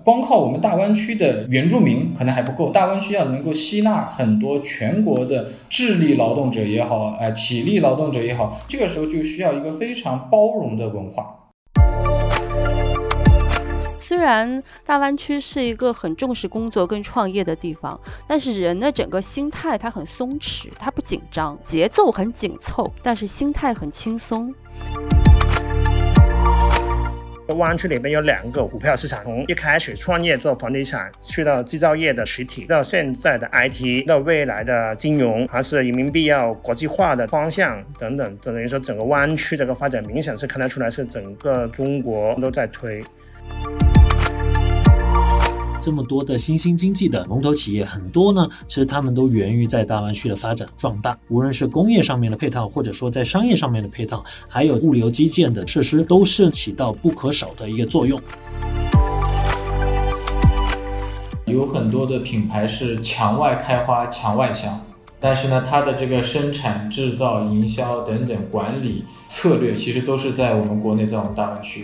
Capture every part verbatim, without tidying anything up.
光靠我们大湾区的原住民可能还不够，大湾区要能够吸纳很多全国的智力劳动者也好，呃，体力劳动者也好，这个时候就需要一个非常包容的文化。 虽然大湾区是一个很重视工作跟创业的地方，但是人的整个心态它很松弛，它不紧张，节奏很紧凑，但是心态很轻松。 湾区里面有两个股票市场，从一开始创业做房地产，去到制造业的实体，到现在的 I T， 到未来的金融，还是人民币要国际化的方向等等，等于说整个湾区这个发展明显是看得出来是整个中国都在推。 这么多的新兴经济的龙头企业，很多呢，其实他们都源于在大湾区的发展壮大，无论是工业上面的配套，或者说在商业上面的配套，还有物流基建的设施，都是起到不可少的一个作用。 有很多的品牌是墙外开花墙外香，但是呢，它的这个生产、制造、营销等等管理策略，其实都是在我们国内，在我们大湾区。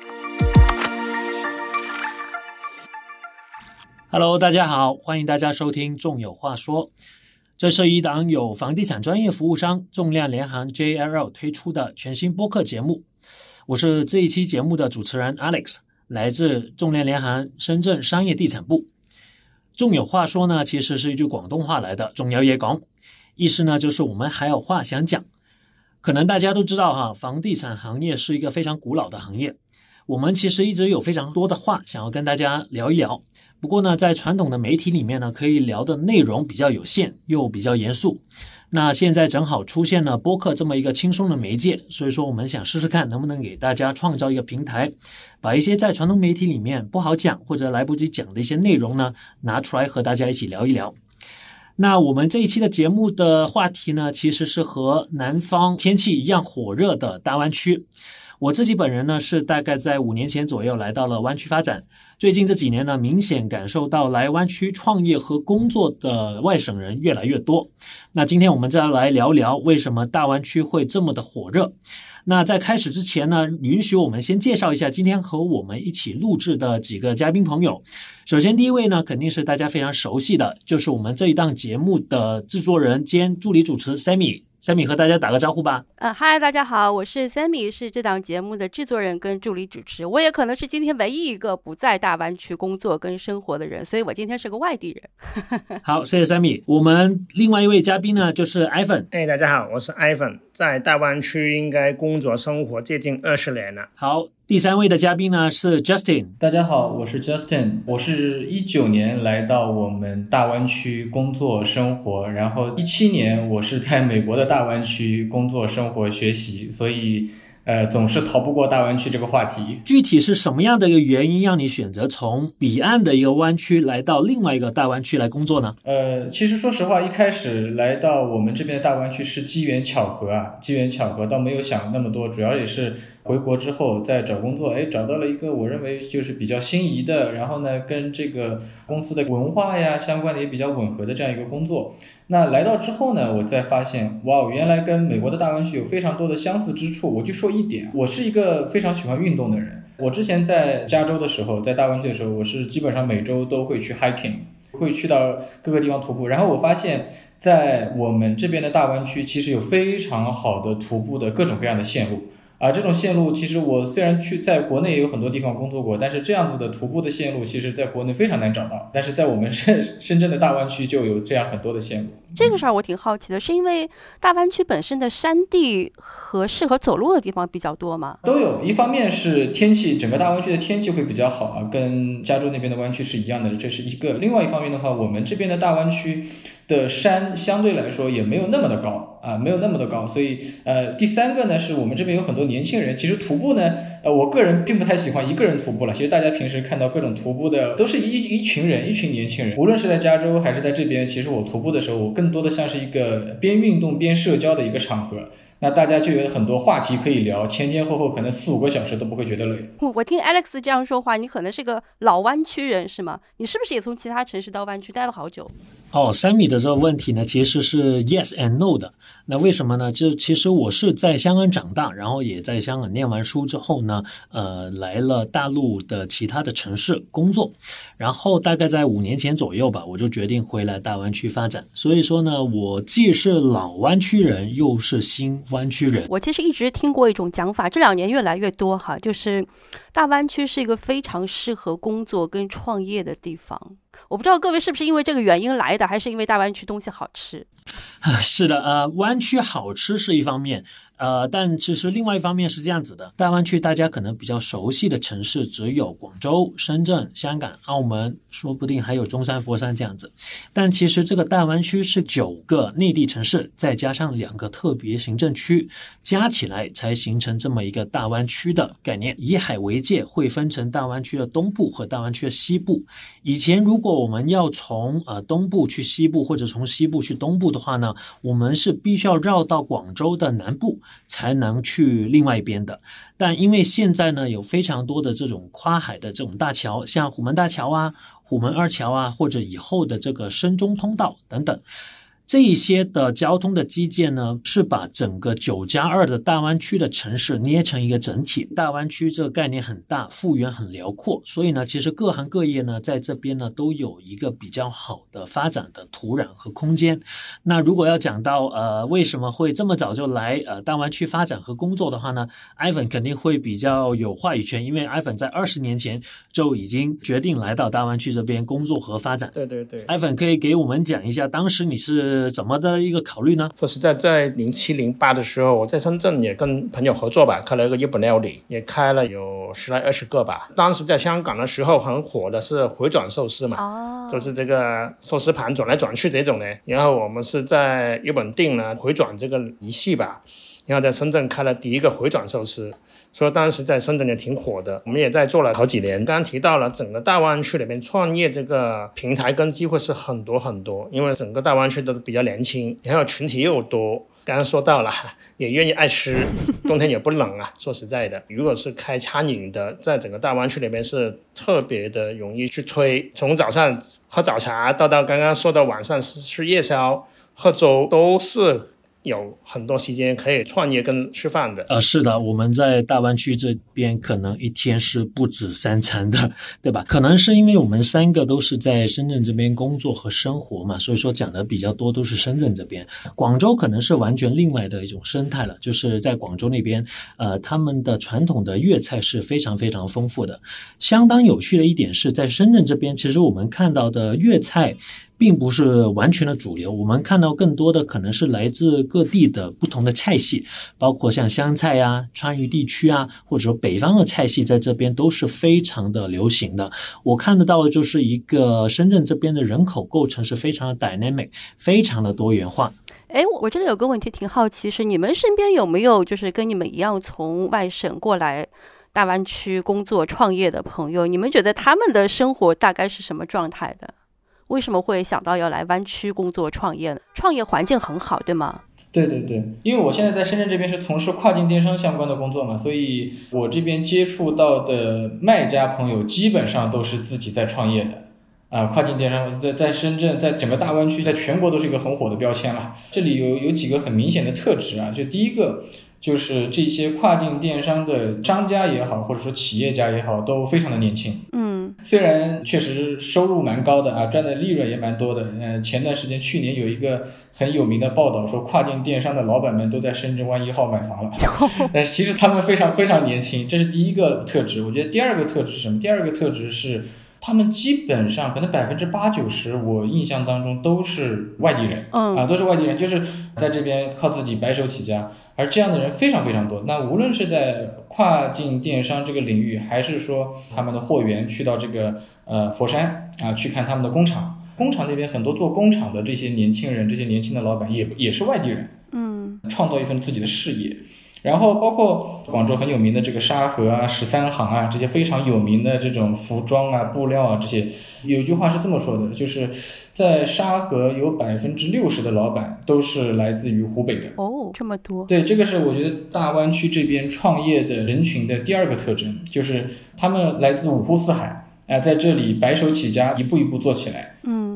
Hello， 大家好，欢迎大家收听众有话说。这是一档由房地产专业服务商众量联行 J L L 推出的全新播客节目。我是这一期节目的主持人 Alex， 来自众量联行深圳商业地产部。众有话说呢，其实是一句广东话来的，重有嘢講，意思呢就是我们还有话想讲。可能大家都知道哈，房地产行业是一个非常古老的行业，我们其实一直有非常多的话想要跟大家聊一聊。不过呢，在传统的媒体里面呢，可以聊的内容比较有限，又比较严肃。那现在正好出现了播客这么一个轻松的媒介，所以说我们想试试看能不能给大家创造一个平台，把一些在传统媒体里面不好讲或者来不及讲的一些内容呢，拿出来和大家一起聊一聊。那我们这一期的节目的话题呢，其实是和南方天气一样火热的大湾区。我自己本人呢，是大概在五年前左右来到了湾区发展。最近这几年呢，明显感受到来湾区创业和工作的外省人越来越多。那今天我们再来聊聊为什么大湾区会这么的火热。那在开始之前呢，允许我们先介绍一下今天和我们一起录制的几个嘉宾朋友。首先第一位呢，肯定是大家非常熟悉的，就是我们这一档节目的制作人兼助理主持 Sammy。Sammy 和大家打个招呼吧。 呃，嗨，大家好，我是 Sammy， 是这档节目的制作人跟助理主持。我也可能是今天唯一一个不在大湾区工作跟生活的人，所以我今天是个外地人。 好，谢谢 Sammy。我们另外一位嘉宾呢，就是 Ivan。 哎，大家好，我是 Ivan， 在大湾区应该工作生活接近二十年了。 好。第三位的嘉宾呢是 Justin。 大家好，我是 Justin， 我是一九年来到我们大湾区工作生活，然后一七年我是在美国的大湾区工作生活学习，所以呃，总是逃不过大湾区这个话题。 具体是什么样的一个原因让你选择从彼岸的一个湾区来到另外一个大湾区来工作呢？ 呃，其实说实话，一开始来到我们这边的大湾区是机缘巧合啊，机缘巧合，倒没有想那么多，主要也是回国之后在找工作，哎，找到了一个我认为就是比较心仪的，然后呢，跟这个公司的文化呀相关的也比较吻合的这样一个工作。那来到之后呢，我再发现，哇，原来跟美国的大湾区有非常多的相似之处。我就说一点，我是一个非常喜欢运动的人。我之前在加州的时候，在大湾区的时候，我是基本上每周都会去 hiking， 会去到各个地方徒步。然后我发现，在我们这边的大湾区，其实有非常好的徒步的各种各样的线路。啊，这种线路其实我虽然去在国内也有很多地方工作过，但是这样子的徒步的线路其实在国内非常难找到，但是在我们深深圳的大湾区就有这样很多的线路。 这个事儿我挺好奇的，是因为大湾区本身的山地和适合走路的地方比较多吗？ 都有，一方面是天气，整个大湾区的天气会比较好啊，跟加州那边的湾区是一样的，这是一个。另外一方面的话，我们这边的大湾区的山相对来说也没有那么的高啊，没有那么的高，所以呃，第三个呢是我们这边有很多年轻人，其实徒步呢，呃，我个人并不太喜欢一个人徒步了。其实大家平时看到各种徒步的，都是一一群人，一群年轻人，无论是在加州还是在这边，其实我徒步的时候，我更多的像是一个边运动边社交的一个场合。那大家就有很多话题可以聊，前前后后可能四五个小时都不会觉得累。 我听 Alex 这样说话，你可能是个老湾区人是吗？你是不是也从其他城市到湾区待了好久？ 哦 ，Sammy 的这个问题呢，其实是 yes and no 的。 那为什么呢？就其实我是在香港长大，然后也在香港念完书之后呢，呃，来了大陆的其他的城市工作，然后大概在五年前左右吧，我就决定回来大湾区发展。所以说呢，我既是老湾区人，又是新湾区人。 我其实一直听过一种讲法，这两年越来越多哈，就是大湾区是一个非常适合工作跟创业的地方。我不知道各位是不是因为这个原因来的，还是因为大湾区东西好吃？ 是的，呃，湾区好吃是一方面，呃，但其实另外一方面是这样子的，大湾区大家可能比较熟悉的城市只有广州、深圳、香港、澳门，说不定还有中山、佛山这样子。但其实这个大湾区是九个内地城市，再加上两个特别行政区，加起来才形成这么一个大湾区的概念。以海为界，会分成大湾区的东部和大湾区的西部。以前如果我们要从呃东部去西部，或者从西部去东部的话呢，我们是必须要绕到广州的南部才能去另外一边的。但因为现在呢有非常多的这种跨海的这种大桥，像虎门大桥啊、虎门二桥啊，或者以后的这个深中通道等等，这一些的交通的基建呢，是把整个九加二的大湾区的城市捏成一个整体。大湾区这个概念很大，幅员很辽阔，所以呢，其实各行各业呢，在这边呢都有一个比较好的发展的土壤和空间。那如果要讲到呃为什么会这么早就来呃大湾区发展和工作的话呢 ，Ivan 肯定会比较有话语权，因为 Ivan 在二十年前就已经决定来到大湾区这边工作和发展。 对对对 ，Ivan 可以给我们讲一下，当时你是怎么的一个考虑呢？ 说实在，在零七零八的时候，我在深圳也跟朋友合作吧，开了一个日本料理，也开了有十来二十个吧。当时在香港的时候很火的是回转寿司嘛，哦、就是这个寿司盘转来转去这种的。然后我们是在日本订了回转这个仪器吧，然后在深圳开了第一个回转寿司。所以当时在深圳也挺火的，我们也在做了好几年。刚刚提到了整个大湾区里面创业这个平台跟机会是很多很多，因为整个大湾区都比较年轻，然后群体又多。刚刚说到了，也愿意爱吃，冬天也不冷啊。说实在的，如果是开餐饮的，在整个大湾区里面是特别的容易去推，从早上喝早茶到到刚刚说到晚上吃夜宵、喝粥，都是有很多时间可以创业跟吃饭的。 呃，是的，我们在大湾区这边可能一天是不止三餐的，对吧？可能是因为我们三个都是在深圳这边工作和生活嘛，所以说讲的比较多都是深圳这边。广州可能是完全另外的一种生态了，就是在广州那边，呃，他们的传统的粤菜是非常非常丰富的。相当有趣的一点是在深圳这边，其实我们看到的粤菜并不是完全的主流，我们看到更多的可能是来自各地的不同的菜系，包括像湘菜啊、川渝地区啊，或者说北方的菜系在这边都是非常的流行的。我看得到的就是一个深圳这边的人口构成是非常的 dynamic， 非常的多元化。 哎，我这里有个问题挺好奇，是你们身边有没有就是跟你们一样从外省过来大湾区工作创业的朋友？你们觉得他们的生活大概是什么状态的？为什么会想到要来湾区工作创业呢？创业环境很好，对吗？ 对对对，因为我现在在深圳这边是从事跨境电商相关的工作嘛，所以我这边接触到的卖家朋友基本上都是自己在创业的啊。跨境电商在在深圳，在整个大湾区，在全国都是一个很火的标签了。这里有有几个很明显的特质啊，就第一个就是这些跨境电商的商家也好，或者说企业家也好，都非常的年轻。嗯，虽然确实收入蛮高的啊，赚的利润也蛮多的。呃，前段时间去年有一个很有名的报道说，跨境电商的老板们都在深圳湾一号买房了。但是其实他们非常非常年轻，这是第一个特质。我觉得第二个特质是什么？第二个特质是他们基本上可能百分之八九十，我印象当中都是外地人，嗯啊，都是外地人，就是在这边靠自己白手起家，而这样的人非常非常多。那无论是在跨境电商这个领域，还是说他们的货源去到这个呃佛山啊去看他们的工厂，工厂那边很多做工厂的这些年轻人，这些年轻的老板也也是外地人，嗯，创造一份自己的事业。然后包括广州很有名的这个沙河啊、十三行啊，这些非常有名的这种服装啊、布料啊，这些有一句话是这么说的，就是在沙河有百分之六十的老板都是来自于湖北的。 哦，这么多。 对，这个是我觉得大湾区这边创业的人群的第二个特征，就是他们来自五湖四海，哎、呃，在这里白手起家，一步一步做起来。嗯。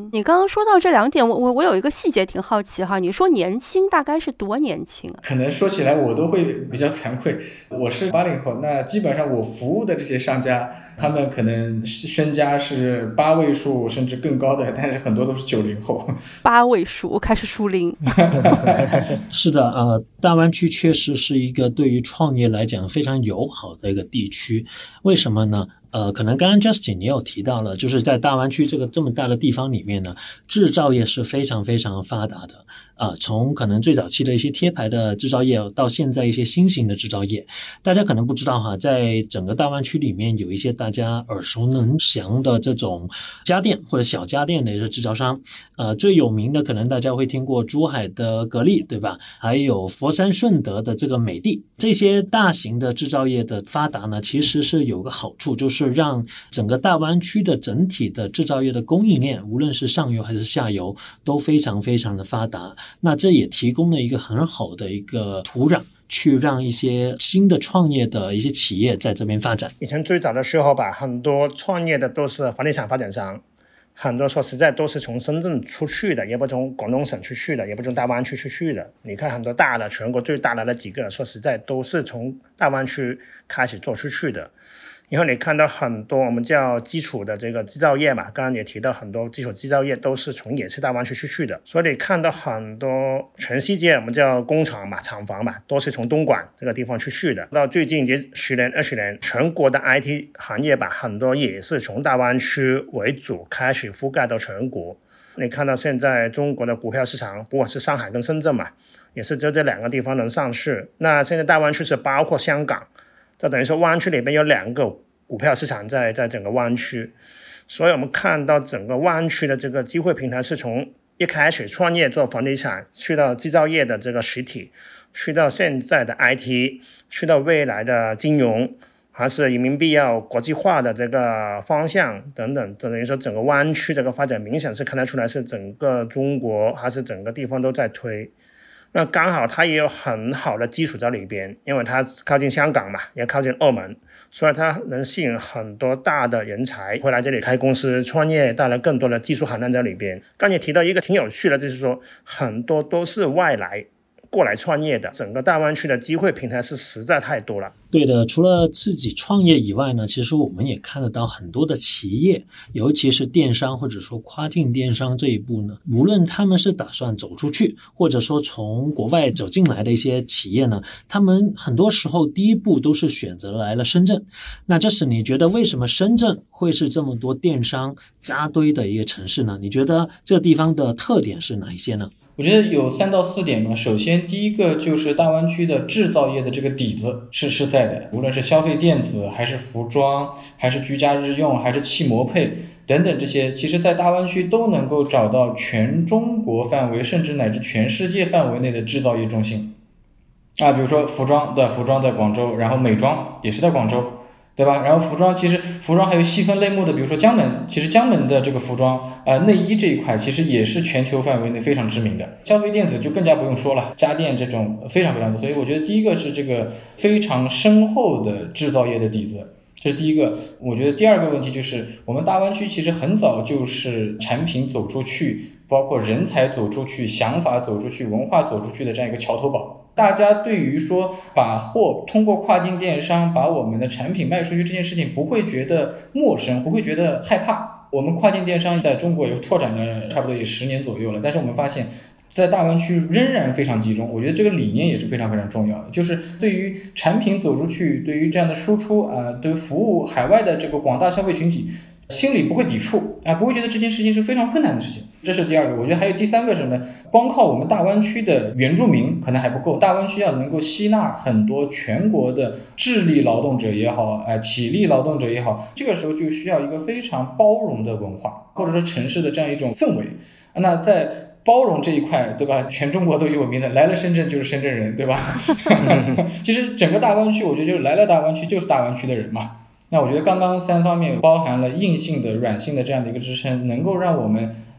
嗯，你刚刚说到这两点，我我我有一个细节挺好奇哈，你说年轻大概是多年轻啊？ 可能说起来我都会比较惭愧，我是八零后，那基本上我服务的这些商家，他们可能身家是八位数甚至更高的，但是很多都是九零后。 八位数，我开始数零。 是的，呃，大湾区确实是一个对于创业来讲非常友好的一个地区，为什么呢？呃，可能刚刚 Justin 也有提到了，就是在大湾区这个这么大的地方里面呢，制造业是非常非常发达的。啊、呃，从可能最早期的一些贴牌的制造业，到现在一些新型的制造业，大家可能不知道哈，在整个大湾区里面有一些大家耳熟能详的这种家电或者小家电的一些制造商。呃，最有名的可能大家会听过珠海的格力，对吧？还有佛山顺德的这个美的，这些大型的制造业的发达呢，其实是有个好处，就是是让整个大湾区的整体的制造业的供应链，无论是上游还是下游，都非常非常的发达。那这也提供了一个很好的一个土壤，去让一些新的创业的一些企业在这边发展。 以前最早的时候吧，很多创业的都是房地产发展商，很多说实在都是从深圳出去的，也不从广东省出去的，也不从大湾区出去的。你看很多大的，全国最大的那几个，说实在都是从大湾区开始做出去的。然后你看到很多我们叫基础的这个制造业嘛，刚刚也提到很多基础制造业都是从也是大湾区出去的，所以你看到很多全世界我们叫工厂嘛、厂房嘛，都是从东莞这个地方出去的。到最近这十年、二十年，全国的 I T 行业吧，很多也是从大湾区为主开始覆盖到全国。你看到现在中国的股票市场，不管是上海跟深圳嘛，也是只有这两个地方能上市。那现在大湾区是包括香港。这等于说湾区里边有两个股票市场在在整个湾区，所以我们看到整个湾区的这个机会平台是从一开始创业做房地产，去到制造业的这个实体，去到现在的 I T， 去到未来的金融，还是人民币要国际化的这个方向等等，等于说整个湾区这个发展明显是看得出来是整个中国还是整个地方都在推。那刚好它也有很好的基础在里边，因为它靠近香港嘛，也靠近澳门，所以它能吸引很多大的人才回来这里开公司创业，带来更多的技术含量在里边。刚才提到一个挺有趣的，就是说很多都是外来过来创业的，整个大湾区的机会平台是实在太多了。 对的，除了自己创业以外呢，其实我们也看得到很多的企业，尤其是电商或者说跨境电商这一步呢，无论他们是打算走出去，或者说从国外走进来的一些企业呢，他们很多时候第一步都是选择来了深圳。那这是你觉得为什么深圳会是这么多电商扎堆的一个城市呢？你觉得这地方的特点是哪一些呢？ 我觉得有三到四点嘛。首先，第一个就是大湾区的制造业的这个底子是是在的，无论是消费电子，还是服装，还是居家日用，还是汽模配等等这些，其实在大湾区都能够找到全中国范围，甚至乃至全世界范围内的制造业中心。啊，比如说服装，对，服装在广州，然后美妆也是在广州。对吧？然后服装其实服装还有细分类目的，比如说江门，其实江门的这个服装呃内衣这一块其实也是全球范围内非常知名的。消费电子就更加不用说了，家电这种非常非常多。所以我觉得第一个是这个非常深厚的制造业的底子，这是第一个。我觉得第二个问题就是我们大湾区其实很早就是产品走出去，包括人才走出去，想法走出去，文化走出去的这样一个桥头堡。大家对于说把货通过跨境电商把我们的产品卖出去这件事情不会觉得陌生，不会觉得害怕。我们跨境电商在中国有拓展了差不多也十年左右了，但是我们发现在大湾区仍然非常集中。我觉得这个理念也是非常非常重要的，就是对于产品走出去，对于这样的输出啊、呃，对于服务海外的这个广大消费群体，心里不会抵触啊，不会觉得这件事情是非常困难的事情。这是第二个。我觉得还有第三个是什么？光靠我们大湾区的原住民可能还不够，大湾区要能够吸纳很多全国的智力劳动者也好，呃，体力劳动者也好，这个时候就需要一个非常包容的文化，或者说城市的这样一种氛围。那在包容这一块，对吧？全中国都有名的，来了深圳就是深圳人，对吧？其实整个大湾区，我觉得就是来了大湾区就是大湾区的人嘛。那我觉得刚刚三方面包含了硬性的、软性的这样的一个支撑，能够让我们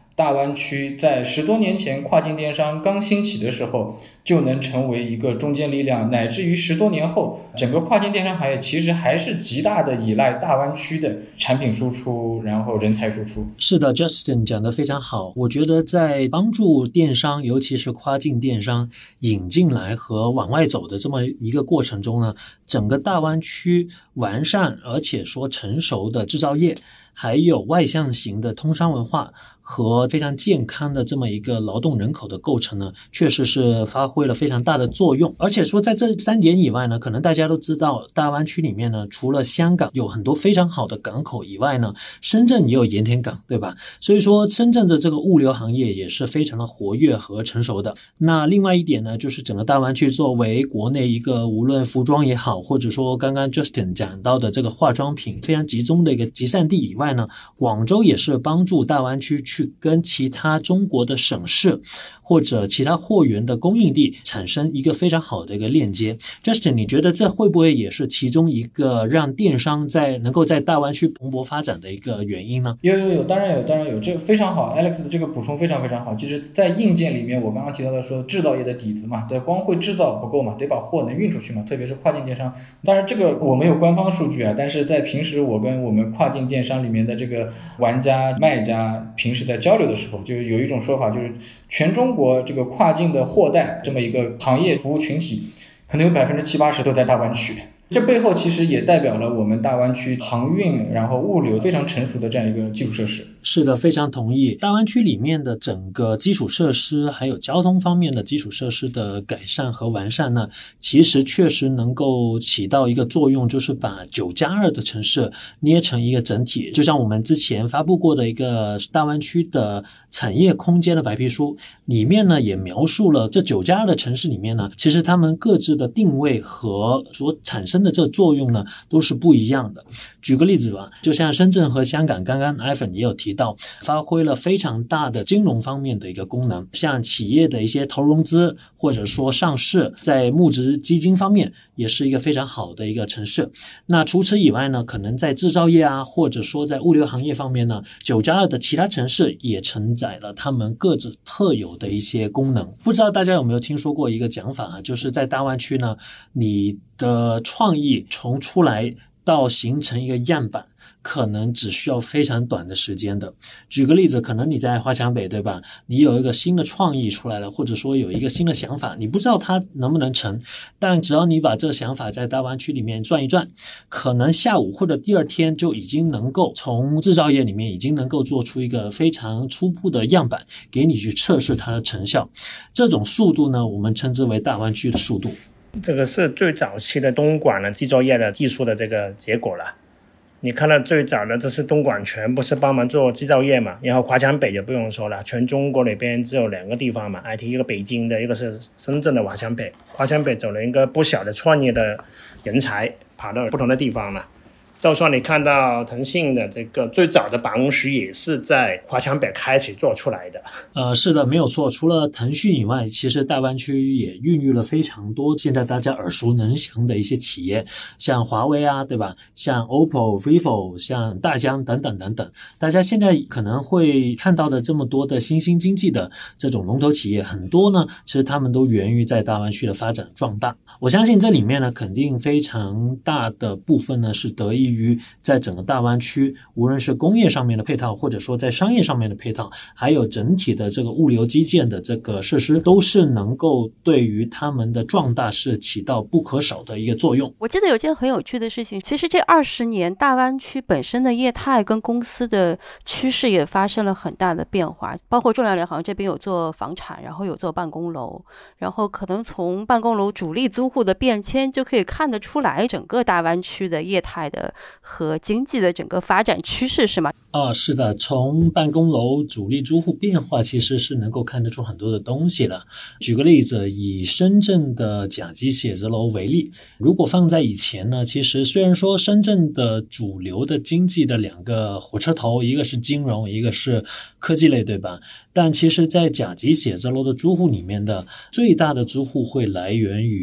大湾区在十多年前跨境电商刚兴起的时候就能成为一个中坚力量，乃至于十多年后整个跨境电商行业其实还是极大的依赖大湾区的产品输出，然后人才输出。 是的 Justin 讲得非常好，我觉得在帮助电商尤其是跨境电商引进来和往外走的这么一个过程中呢，整个大湾区完善而且说成熟的制造业，还有外向型的通商文化和非常健康的这么一个劳动人口的构成呢，确实是发挥了非常大的作用。而且说在这三点以外呢，可能大家都知道大湾区里面呢，除了香港有很多非常好的港口以外呢，深圳也有盐田港，对吧？所以说深圳的这个物流行业也是非常的活跃和成熟的。那另外一点呢，就是整个大湾区作为国内一个无论服装也好，或者说刚刚 Justin 讲到的这个化妆品非常集中的一个集散地以外呢，广州也是帮助大湾区去跟其他中国的省市或者其他货源的供应地产生一个非常好的一个链接。 Justin 你觉得这会不会也是其中一个让电商在能够在大湾区蓬勃发展的一个原因呢？ 有有有，当然有当然有，这个非常好， Alex 的这个补充非常非常好。就是在硬件里面我刚刚提到的说制造业的底子嘛，对，光会制造不够嘛，得把货能运出去嘛，特别是跨境电商。当然这个我没有官方数据啊，但是在平时我跟我们跨境电商里面的这个玩家卖家平时在交流的时候，就有一种说法，就是全中国这个跨境的货代这么一个行业服务群体，可能有百分之七八十都在大湾区。这背后其实也代表了我们大湾区航运然后物流非常成熟的这样一个基础设施。 是的，非常同意。大湾区里面的整个基础设施还有交通方面的基础设施的改善和完善呢，其实确实能够起到一个作用，就是把九加二的城市捏成一个整体。就像我们之前发布过的一个大湾区的产业空间的白皮书里面呢，也描述了这九加二的城市里面呢，其实他们各自的定位和所产生的这作用呢都是不一样的。举个例子吧，就像深圳和香港，刚刚 Ivan 也有提到，发挥了非常大的金融方面的一个功能，像企业的一些投融资或者说上市，在募资基金方面也是一个非常好的一个城市。那除此以外呢，可能在制造业啊，或者说在物流行业方面呢，九加二的其他城市也承载了他们各自特有的一些功能。不知道大家有没有听说过一个讲法啊，就是在大湾区呢，你的创意从出来到形成一个样板，可能只需要非常短的时间的。举个例子，可能你在华强北，对吧？你有一个新的创意出来了，或者说有一个新的想法，你不知道它能不能成，但只要你把这个想法在大湾区里面转一转，可能下午或者第二天就已经能够从制造业里面已经能够做出一个非常初步的样板，给你去测试它的成效。这种速度呢，我们称之为大湾区的速度。 这个是最早期的东莞的制造业的技术的这个结果了。你看到最早的这是东莞全部是帮忙做制造业嘛，然后华强北就不用说了，全中国里边只有两个地方嘛 I T， 一个北京的，一个是深圳的华强北。华强北走了一个不小的创业的人才跑到不同的地方了。就算你看到腾讯的这个最早的办公室也是在华强北开始做出来的。 呃，是的，没有错。除了腾讯以外，其实大湾区也孕育了非常多现在大家耳熟能详的一些企业，像华为啊，对吧？像 O P P O、vivo、像大疆等等等等。大家现在可能会看到的这么多的新兴经济的这种龙头企业，很多呢，其实他们都源于在大湾区的发展壮大。我相信这里面呢，肯定非常大的部分呢，是得益于在整个大湾区，无论是工业上面的配套，或者说在商业上面的配套，还有整体的这个物流基建的这个设施，都是能够对于他们的壮大是起到不可少的一个作用。 我记得有件很有趣的事情，其实这二十年大湾区本身的业态跟公司的趋势也发生了很大的变化，包括重量联行这边有做房产，然后有做办公楼，然后可能从办公楼主力租户的变迁就可以看得出来整个大湾区的业态的和经济的整个发展趋势，是吗？ 啊，是的，从办公楼主力租户变化其实是能够看得出很多的东西了。举个例子，以深圳的甲级写字楼为例，如果放在以前呢，其实虽然说深圳的主流的经济的两个火车头，一个是金融，一个是科技类，对吧？但其实在甲级写字楼的租户里面的最大的租户会来源于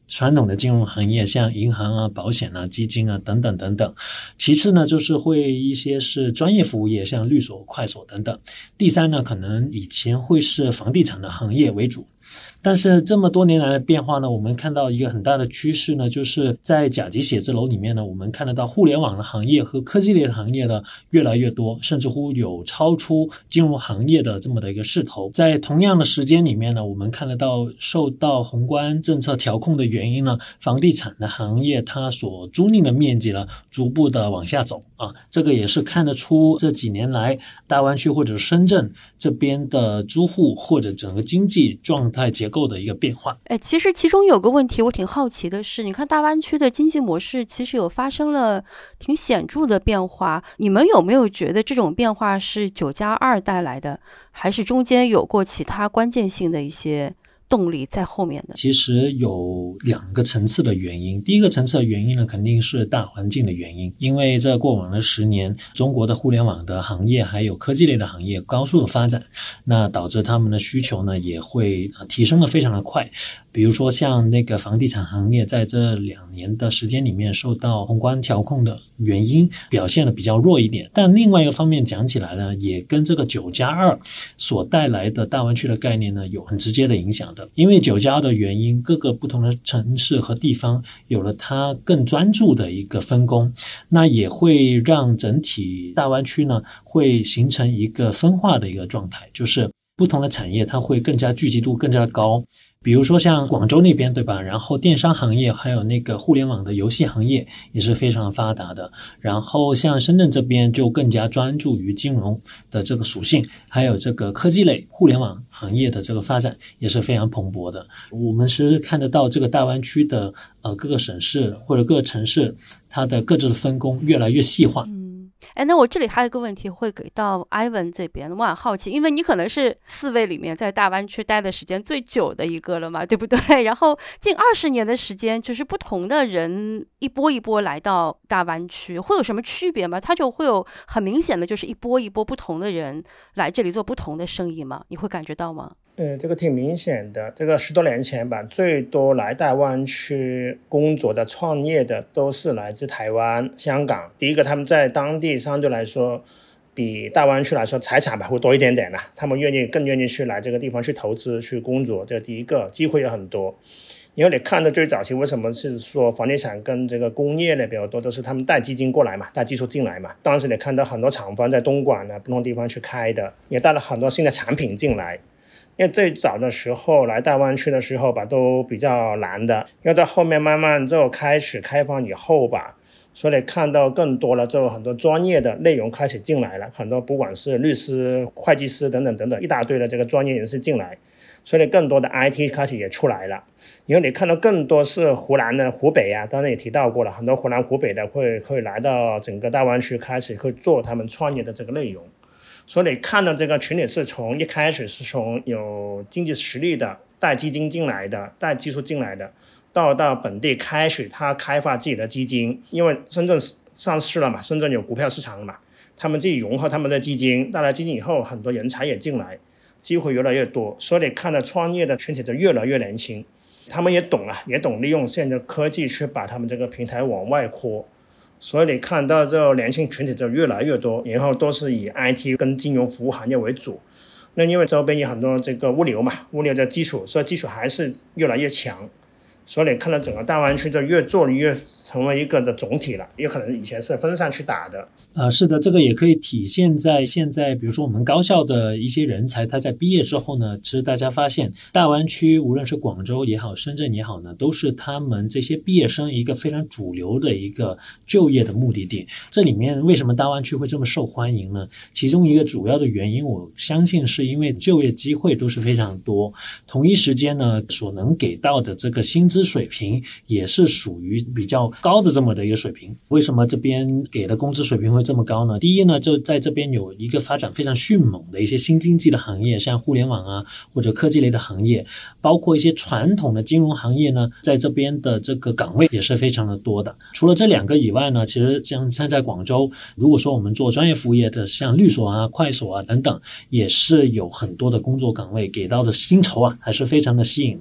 传统的金融行业，像银行啊、保险啊、基金啊等等等等。其次呢，就是会一些是专业服务业，像律所、会所等等。第三呢，可能以前会是房地产的行业为主。但是这么多年来的变化呢，我们看到一个很大的趋势呢，就是在甲级写字楼里面呢，我们看得到互联网的行业和科技类的行业呢越来越多，甚至乎有超出金融行业的这么的一个势头。在同样的时间里面呢，我们看得到受到宏观政策调控的原因呢，房地产的行业它所租赁的面积呢逐步的往下走啊，这个也是看得出这几年来大湾区或者深圳这边的租户或者整个经济状态结构的一个变化。 哎，其实其中有个问题我挺好奇的是，你看大湾区的经济模式其实有发生了挺显著的变化，你们有没有觉得这种变化是九加二带来的，还是中间有过其他关键性的一些动力在后面的？ 其实有两个层次的原因。第一个层次的原因呢，肯定是大环境的原因，因为在过往的十年，中国的互联网的行业还有科技类的行业高速的发展，那导致他们的需求呢也会提升的非常的快。比如说像那个房地产行业在这两年的时间里面受到宏观调控的原因表现的比较弱一点，但另外一个方面讲起来呢，也跟这个九加二所带来的大湾区的概念呢有很直接的影响的。因为九加二的原因，各个不同的城市和地方有了它更专注的一个分工，那也会让整体大湾区呢会形成一个分化的一个状态，就是不同的产业它会更加聚集度更加高。比如说像广州那边，对吧？然后电商行业还有那个互联网的游戏行业也是非常发达的。然后像深圳这边就更加专注于金融的这个属性，还有这个科技类互联网行业的这个发展也是非常蓬勃的。我们是看得到这个大湾区的呃各个省市或者各个城市，它的各自的分工越来越细化。 嗯哎，那我这里还有一个问题会给到 Ivan 这边，我很好奇，因为你可能是四位里面在大湾区待的时间最久的一个了嘛，对不对？然后近二十年的时间，就是不同的人一波一波来到大湾区，会有什么区别吗？它就会有很明显的就是一波一波不同的人来这里做不同的生意吗？你会感觉到吗？ 呃，这个挺明显的。这个十多年前吧，最多来大湾区工作的、创业的都是来自台湾、香港。第一个，他们在当地相对来说，比大湾区来说财产吧会多一点点啦，他们愿意更愿意去来这个地方去投资、去工作。这第一个，机会有很多。因为你看的最早期，为什么是说房地产跟这个工业的比较多，都是他们带基金过来嘛，带技术进来嘛。当时你看到很多厂房在东莞啊不同地方去开的，也带了很多新的产品进来。因为最早的时候来大湾区的时候吧，都比较难的，因为到后面慢慢之后开始开放以后吧，所以看到更多了之后，很多专业的内容开始进来了，很多不管是律师、会计师等等等等一大堆的这个专业人士进来，所以更多的 I T 开始也出来了。因为你看到更多是湖南的、湖北啊，当然也提到过了，很多湖南、湖北的会会来到整个大湾区开始会做他们创业的这个内容。所以你看到这个群体是从一开始是从有经济实力的带基金进来的、带技术进来的，到到本地开始他开发自己的基金，因为深圳上市了嘛，深圳有股票市场嘛，他们自己融合他们的基金，带来基金以后，很多人才也进来，机会越来越多，所以你看到创业的群体就越来越年轻，他们也懂了，也懂利用现在的科技去把他们这个平台往外扩。所以你看到这年轻群体就越来越多，然后都是以 I T 跟金融服务行业为主。那因为周边有很多这个物流嘛，物流的基础，所以基础还是越来越强。所以你看到整个大湾区就越做越成为一个的总体了，有可能以前是分散去打的。 呃，是的，这个也可以体现在现在，比如说我们高校的一些人才，他在毕业之后呢，其实大家发现大湾区无论是广州也好，深圳也好呢，都是他们这些毕业生一个非常主流的一个就业的目的地。这里面为什么大湾区会这么受欢迎呢？其中一个主要的原因，我相信是因为就业机会都是非常多，同一时间呢，所能给到的这个薪资水平也是属于比较高的这么的一个水平。为什么这边给的工资水平会这么高呢？第一呢，就在这边有一个发展非常迅猛的一些新经济的行业，像互联网啊或者科技类的行业，包括一些传统的金融行业呢，在这边的这个岗位也是非常的多的。除了这两个以外呢，其实像现在广州，如果说我们做专业服务业的，像律所啊、会所啊等等，也是有很多的工作岗位，给到的薪酬啊还是非常的吸引的。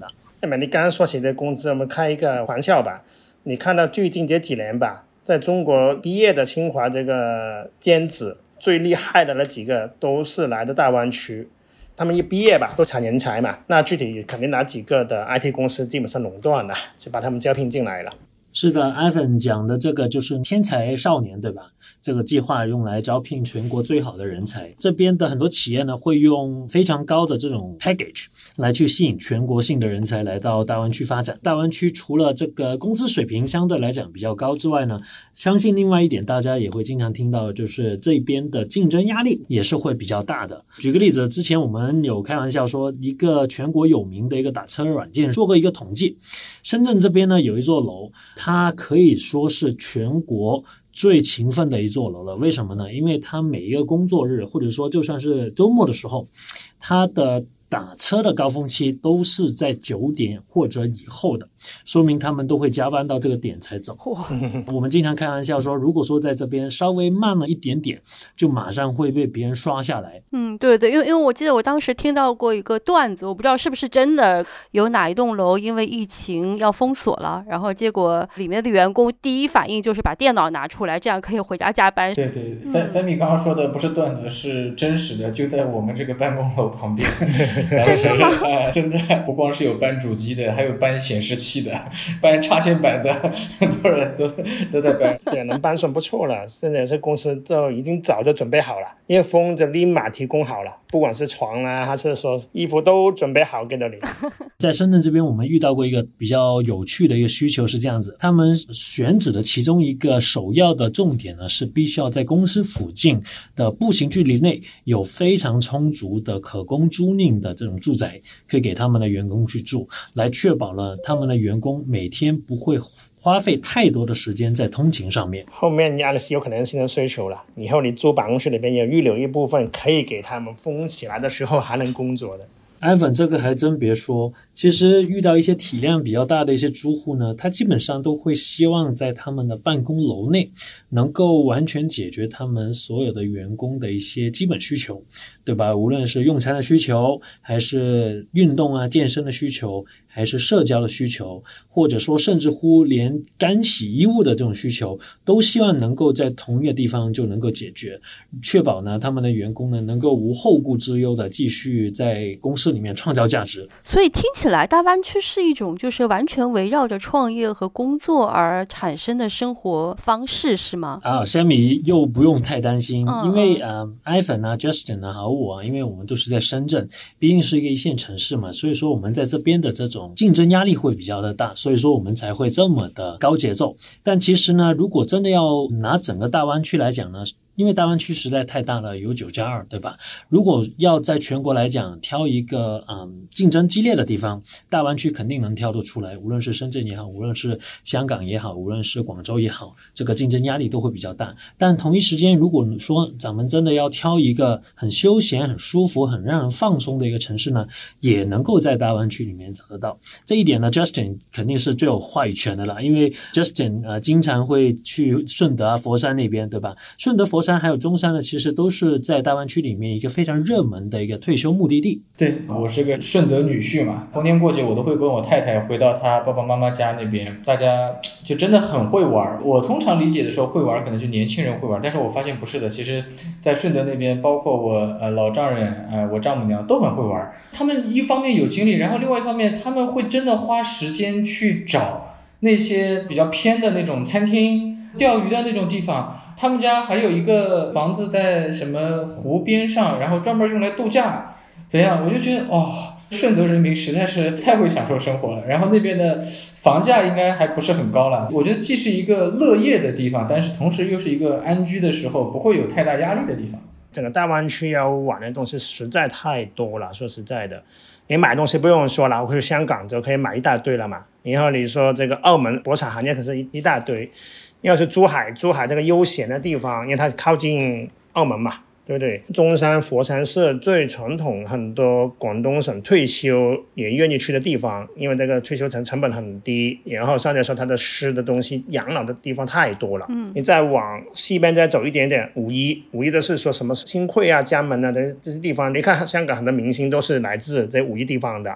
你刚刚说起的工资，我们开一个玩笑吧。你看到最近这几年吧，在中国毕业的清华这个尖子最厉害的那几个都是来的大湾区，他们一毕业吧都抢人才嘛，那具体肯定哪几个的 I T 公司基本上垄断了，就把他们招聘进来了。 是的 Ivan 讲的这个就是天才少年对吧，这个计划用来招聘全国最好的人才，这边的很多企业呢会用非常高的这种 package 来去吸引全国性的人才来到大湾区发展。大湾区除了这个工资水平相对来讲比较高之外呢，相信另外一点大家也会经常听到，就是这边的竞争压力也是会比较大的。举个例子，之前我们有开玩笑说一个全国有名的一个打车软件做过一个统计，深圳这边呢有一座楼，它可以说是全国最勤奋的一座楼了。为什么呢？因为它每一个工作日或者说就算是周末的时候，它的打车的高峰期都是在九点或者以后的，说明他们都会加班到这个点才走。我们经常开玩笑说，如果说在这边稍微慢了一点点，就马上会被别人刷下来。 嗯，对对，因为因为我记得我当时听到过一个段子，我不知道是不是真的，有哪一栋楼因为疫情要封锁了，然后结果里面的员工第一反应就是把电脑拿出来，这样可以回家加班。 对对，三三米刚刚说的不是段子，是真实的，就在我们这个办公楼旁边。 真的吗？ 呃、真的，不光是有搬主机的，还有搬显示器的，搬插线板的，很多人都都在搬。 对，能搬算不错了。现在有些公司就已经早就准备好了，一封就立马提供好了，不管是床啊还是说衣服都准备好给到你。 在深圳这边我们遇到过一个比较有趣的一个需求是这样子，他们选址的其中一个首要的重点呢，是必须要在公司附近的步行距离内有非常充足的可供租赁的这种住宅，可以给他们的员工去住，来确保了他们的员工每天不会花费太多的时间在通勤上面。 后面你按有可能性的需求了，以后你租办公室里边也预留一部分可以给他们封起来的时候还能工作的。 Ivan 这个还真别说，其实遇到一些体量比较大的一些租户呢，他基本上都会希望在他们的办公楼内能够完全解决他们所有的员工的一些基本需求，对吧？无论是用餐的需求，还是运动啊健身的需求，还是社交的需求，或者说甚至乎连干洗衣物的这种需求，都希望能够在同一个地方就能够解决，确保呢他们的员工呢能够无后顾之忧的继续在公司里面创造价值。 所以听起来大湾区是一种就是完全围绕着创业和工作而产生的生活方式，是吗？ 啊 Sammy 又不用太担心， 嗯、 因为呃 Ivan 啊 Justin 啊和我啊，因为我们都是在深圳，毕竟是一个一线城市嘛，所以说我们在这边的这种竞争压力会比较的大，所以说我们才会这么的高节奏。但其实呢，如果真的要拿整个大湾区来讲呢，因为大湾区实在太大了，有九加二，对吧？如果要在全国来讲挑一个嗯竞争激烈的地方，大湾区肯定能挑得出来，无论是深圳也好，无论是香港也好，无论是广州也好，这个竞争压力都会比较大。但同一时间，如果说咱们真的要挑一个很休闲、很舒服、很让人放松的一个城市呢，也能够在大湾区里面找得到。这一点呢 Justin 肯定是最有话语权的啦，因为 Justin 呃经常会去顺德啊、佛山那边，对吧？顺德、佛山还有中山呢，其实都是在大湾区里面一个非常热门的一个退休目的地。 对，我是个顺德女婿嘛，逢年过节我都会跟我太太回到她爸爸妈妈家那边，大家就真的很会玩。我通常理解的时候会玩可能就年轻人会玩，但是我发现不是的，其实在顺德那边包括我呃老丈人呃我丈母娘都很会玩。他们一方面有精力，然后另外一方面他们会真的花时间去找那些比较偏的那种餐厅、钓鱼的那种地方。他们家还有一个房子在什么湖边上，然后专门用来度假，怎样？我就觉得哦，顺德人民实在是太会享受生活了。然后那边的房价应该还不是很高了，我觉得既是一个乐业的地方，但是同时又是一个安居的时候不会有太大压力的地方。 整个大湾区要玩的东西实在太多了，说实在的，你买东西不用说了，我去香港就可以买一大堆了嘛。然后你说这个澳门博彩行业可是一一大堆。要是珠海，珠海这个悠闲的地方，因为它靠近澳门嘛，对不对？中山、佛山是最传统，很多广东省退休也愿意去的地方，因为这个退休成成本很低，然后相对来说它的吃的东西、养老的地方太多了。嗯，你再往西边再走一点点，五一，五一的是说什么新会啊、江门啊这这些地方，你看香港很多明星都是来自这五一地方的。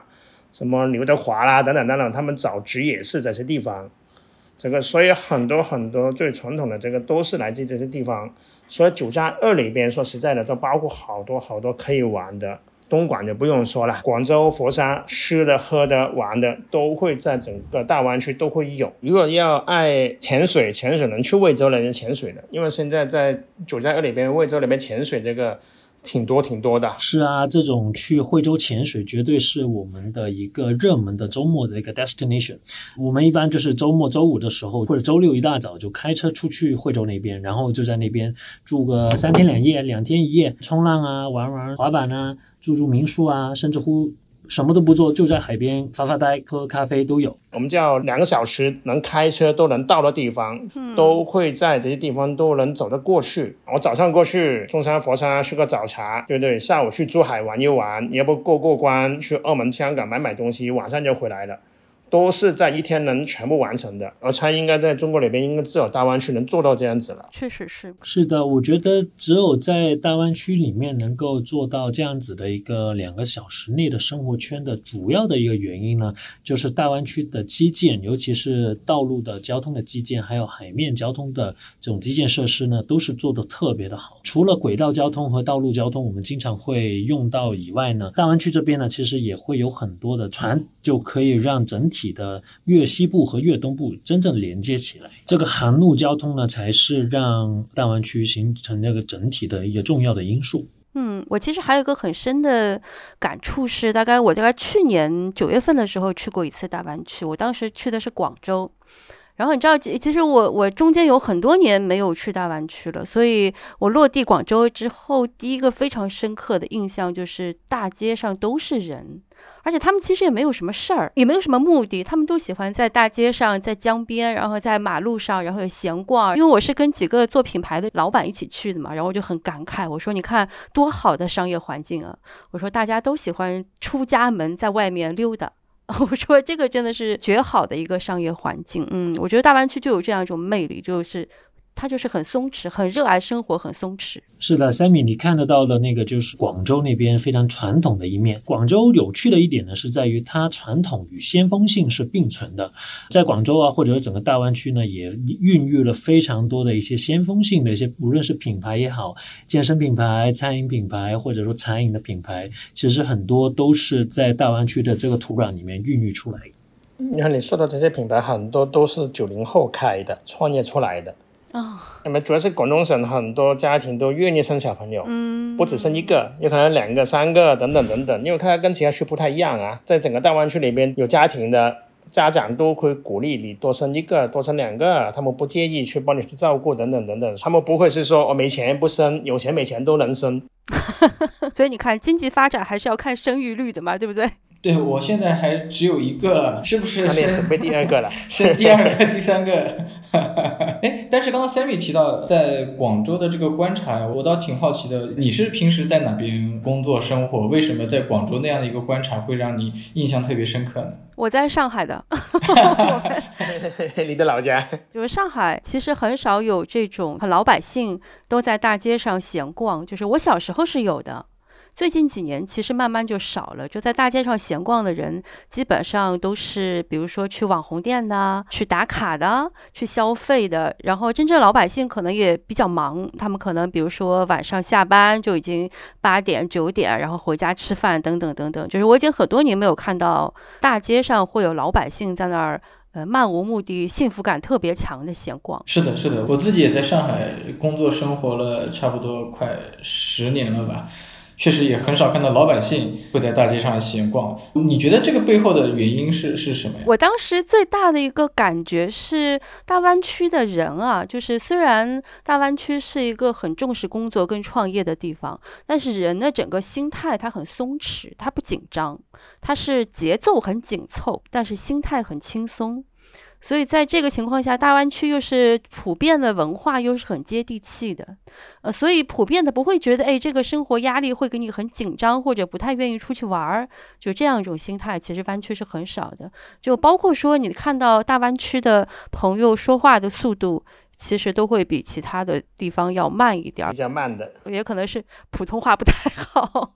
什么刘德华啦等等等等，他们早职也是这些地方。这个所以很多很多最传统的这个都是来自这些地方。所以九加二里边说实在的都包括好多好多可以玩的，东莞就不用说了，广州、佛山吃的喝的玩的都会在整个大湾区都会有。如果要爱潜水，潜水能去惠州来潜水的，因为现在在九加二里边惠州里边潜水这个挺多挺多的。 是啊，这种去惠州潜水绝对是我们的一个热门的周末的一个 destination。 我们一般就是周末周五的时候或者周六一大早就开车出去惠州那边，然后就在那边住个三天两夜两天一夜，冲浪啊，玩玩滑板啊，住住民宿啊，甚至乎什么都不做，就在海边发发呆喝咖啡都有。 我们叫两个小时能开车都能到的地方、嗯、都会在这些地方都能走得过去。我早上过去中山佛山吃个早茶，对不对？下午去珠海玩一玩，要不过过关去澳门香港买买东西，晚上就回来了，都是在一天能全部完成的。而且应该在中国里边应该只有大湾区能做到这样子了。 确实是是的，我觉得只有在大湾区里面能够做到这样子的一个两个小时内的生活圈的主要的一个原因呢，就是大湾区的基建，尤其是道路的交通的基建还有海面交通的这种基建设施呢，都是做得特别的好。除了轨道交通和道路交通我们经常会用到以外呢，大湾区这边呢其实也会有很多的船，就可以让整体的粤西部和粤东部真正连接起来。这个航路交通呢才是让大湾区形成这个整体的一个重要的因素。 嗯，我其实还有一个很深的感触是，大概我大概去年九月份的时候去过一次大湾区，我当时去的是广州。然后你知道，其实我我中间有很多年没有去大湾区了，所以我落地广州之后，第一个非常深刻的印象就是大街上都是人，而且他们其实也没有什么事儿，也没有什么目的，他们都喜欢在大街上，在江边，然后在马路上，然后有闲逛。因为我是跟几个做品牌的老板一起去的嘛，然后我就很感慨，我说你看多好的商业环境啊！我说大家都喜欢出家门在外面溜达。我说这个真的是绝好的一个商业环境。嗯，我觉得大湾区就有这样一种魅力，就是它就是很松弛，很热爱生活，很松弛。 是的 Sammy 你看得到的那个就是广州那边非常传统的一面。广州有趣的一点呢是在于它传统与先锋性是并存的。在广州啊或者整个大湾区呢也孕育了非常多的一些先锋性的一些，无论是品牌也好，健身品牌、餐饮品牌或者说餐饮的品牌，其实很多都是在大湾区的这个土壤里面孕育出来。 你看你说的这些品牌很多都是九零后开的，创业出来的。 哦， 因为主要是广东省很多家庭都愿意生小朋友，嗯，不只生一个，有可能两个、三个等等等等，因为它跟其他区不太一样啊。在整个大湾区里边，有家庭的家长都会鼓励你多生一个、多生两个，他们不介意去帮你去照顾等等等等，他们不会是说我、哦、没钱不生，有钱没钱都能生。 所以你看，经济发展还是要看生育率的嘛，对不对？ 对，我现在还只有一个了，是不是那你准备第二个了？ 生第二个、第三个。哎，但是刚刚 Sammy 提到在广州的这个观察，我倒挺好奇的，你是平时在哪边工作生活？为什么在广州那样的一个观察会让你印象特别深刻呢？ 我在上海的。 你的老家就是上海，其实很少有这种老百姓都在大街上闲逛，就是我小时候是有的。最近几年其实慢慢就少了，就在大街上闲逛的人基本上都是比如说去网红店的，去打卡的，去消费的。然后真正老百姓可能也比较忙，他们可能比如说晚上下班就已经八点九点，然后回家吃饭等等等等。就是我已经很多年没有看到大街上会有老百姓在那儿呃，漫无目的、幸福感特别强的闲逛。 是的，是的，我自己也在上海工作生活了差不多快十年了吧，确实也很少看到老百姓会在大街上闲逛。你觉得这个背后的原因是是什么呀？ 我当时最大的一个感觉是，大湾区的人啊，就是虽然大湾区是一个很重视工作跟创业的地方，但是人的整个心态它很松弛，它不紧张，它是节奏很紧凑，但是心态很轻松。所以在这个情况下，大湾区又是普遍的文化又是很接地气的，呃，所以普遍的不会觉得，哎，这个生活压力会给你很紧张，或者不太愿意出去玩，就这样一种心态，其实湾区是很少的。就包括说，你看到大湾区的朋友说话的速度，其实都会比其他的地方要慢一点， 比较慢的， 也可能是普通话不太好。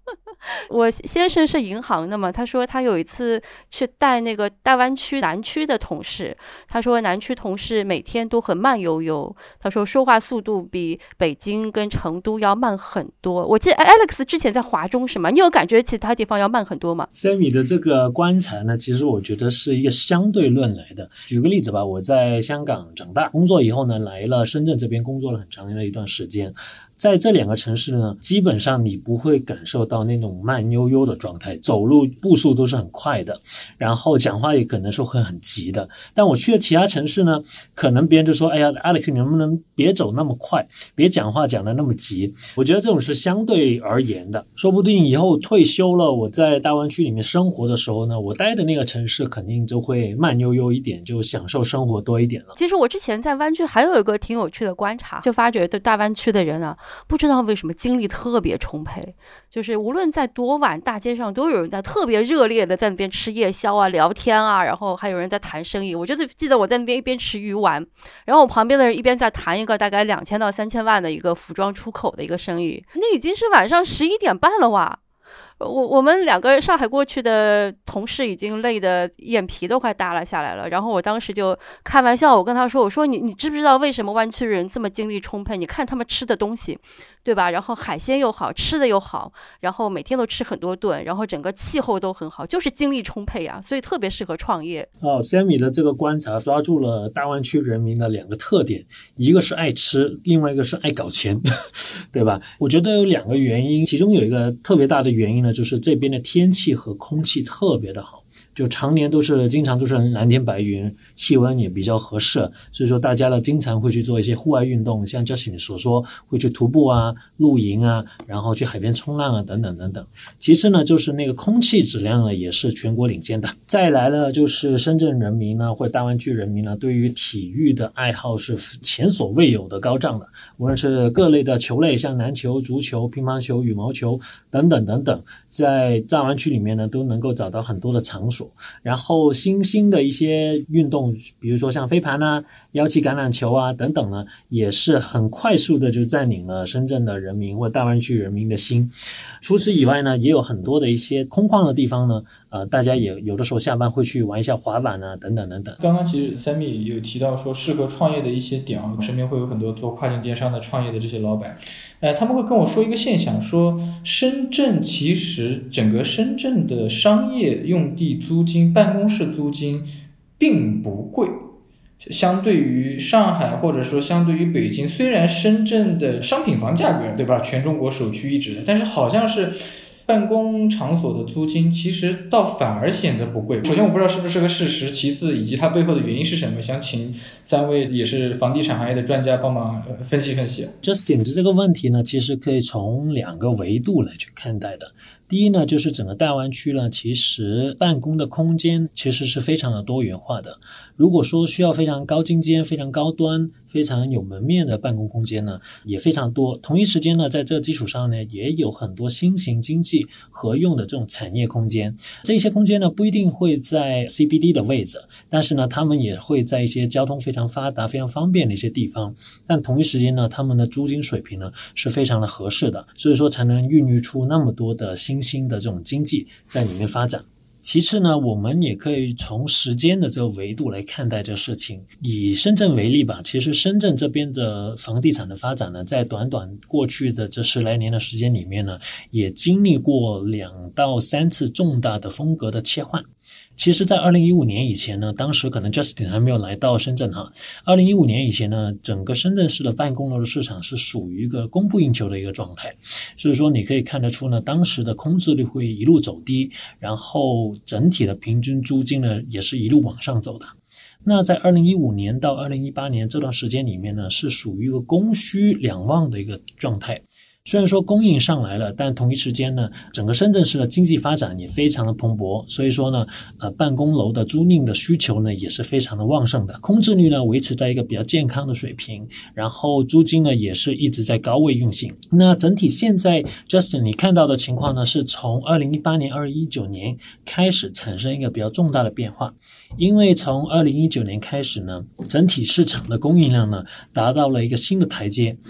我先生是银行的嘛，他说他有一次去带那个大湾区南区的同事，他说南区同事每天都很慢悠悠，他说说话速度比北京跟成都要慢很多。我记得 Alex 之前在华中是吗？你有感觉其他地方要慢很多吗？ Sammy 的这个观察呢，其实我觉得是一个相对论来的。举个例子吧，我在香港长大，工作以后呢，来了深圳这边工作了很长的一段时间。在这两个城市呢，基本上你不会感受到那种慢悠悠的状态，走路步速都是很快的，然后讲话也可能是会很急的。但我去了其他城市呢，可能别人就说，哎呀 Alex 你能不能别走那么快，别讲话讲得那么急。我觉得这种是相对而言的，说不定以后退休了，我在大湾区里面生活的时候呢，我待的那个城市肯定就会慢悠悠一点，就享受生活多一点了。 其实我之前在湾区还有一个挺有趣的观察，就发觉对大湾区的人啊，不知道为什么精力特别充沛，就是无论在多晚，大街上都有人在特别热烈的在那边吃夜宵啊、聊天啊，然后还有人在谈生意。我就记得我在那边一边吃鱼丸，然后我旁边的人一边在谈一个大概两千到三千万的一个服装出口的一个生意，那已经是晚上十一点半了哇！我我们两个上海过去的同事已经累得眼皮都快耷拉下来了，然后我当时就开玩笑，我跟他说，我说你你知不知道为什么湾区人这么精力充沛？你看他们吃的东西，对吧？然后海鲜又好，吃的又好，然后每天都吃很多顿，然后整个气候都很好，就是精力充沛啊，所以特别适合创业。 哦 Sammy 的这个观察抓住了大湾区人民的两个特点，一个是爱吃，另外一个是爱搞钱，对吧？我觉得有两个原因，其中有一个特别大的原因呢，就是这边的天气和空气特别的好，就常年都是经常都是蓝天白云，气温也比较合适，所以说大家呢经常会去做一些户外运动，像 Justin 所说会去徒步啊、露营啊，然后去海边冲浪啊等等等等。其次呢，就是那个空气质量呢也是全国领先的。再来呢，就是深圳人民呢或者大湾区人民呢对于体育的爱好是前所未有的高涨的，无论是各类的球类，像篮球、足球、乒乓球、羽毛球等等等等，在大湾区里面呢都能够找到很多的场所。然后新兴的一些运动，比如说像飞盘啊、腰旗橄榄球啊等等呢，也是很快速的就占领了深圳的人民或大湾区人民的心。除此以外呢，也有很多的一些空旷的地方呢，呃，大家也有的时候下班会去玩一下滑板啊等等等等。 刚刚其实 Sammy 有提到说适合创业的一些点啊，身边会有很多做跨境电商的创业的这些老板，呃，他们会跟我说一个现象，说深圳其实整个深圳的商业用地租金、办公室租金并不贵，相对于上海或者说相对于北京，虽然深圳的商品房价格对吧，全中国首屈一指的，但是好像是办公场所的租金其实倒反而显得不贵。首先我不知道是不是个事实，其次以及它背后的原因是什么，想请三位也是房地产行业的专家帮忙分析分析。 Justin 的这个问题呢，其实可以从两个维度来去看待的。第一呢，就是整个大湾区呢，其实办公的空间其实是非常的多元化的。如果说需要非常高精尖、非常高端、非常有门面的办公空间呢，也非常多。同一时间呢，在这基础上呢，也有很多新型经济合用的这种产业空间。这些空间呢，不一定会在 C B D 的位置，但是呢，他们也会在一些交通非常发达、非常方便的一些地方。但同一时间呢，他们的租金水平呢是非常的合适的，所以说才能孕育出那么多的新兴的这种经济在里面发展。其次呢，我们也可以从时间的这个维度来看待这个事情。以深圳为例吧，其实深圳这边的房地产的发展呢，在短短过去的这十来年的时间里面呢，也经历过两到三次重大的风格的切换。其实在二零一五年以前呢，当时可能 Justin 还没有来到深圳哈。二零一五年以前呢，整个深圳市的办公楼的市场是属于一个供不应求的一个状态，所以说你可以看得出呢，当时的空置率会一路走低，然后整体的平均租金呢也是一路往上走的。那在二零一五年到二零一八年这段时间里面呢，是属于一个供需两旺的一个状态。虽然说供应上来了，但同一时间呢，整个深圳市的经济发展也非常的蓬勃，所以说呢，呃，办公楼的租赁的需求呢也是非常的旺盛的，空置率呢维持在一个比较健康的水平，然后租金呢也是一直在高位运行。那整体现在 Justin 你看到的情况呢，是从二零一八年、二零一九年开始产生一个比较重大的变化，因为从二零一九年开始呢，整体市场的供应量呢达到了一个新的台阶。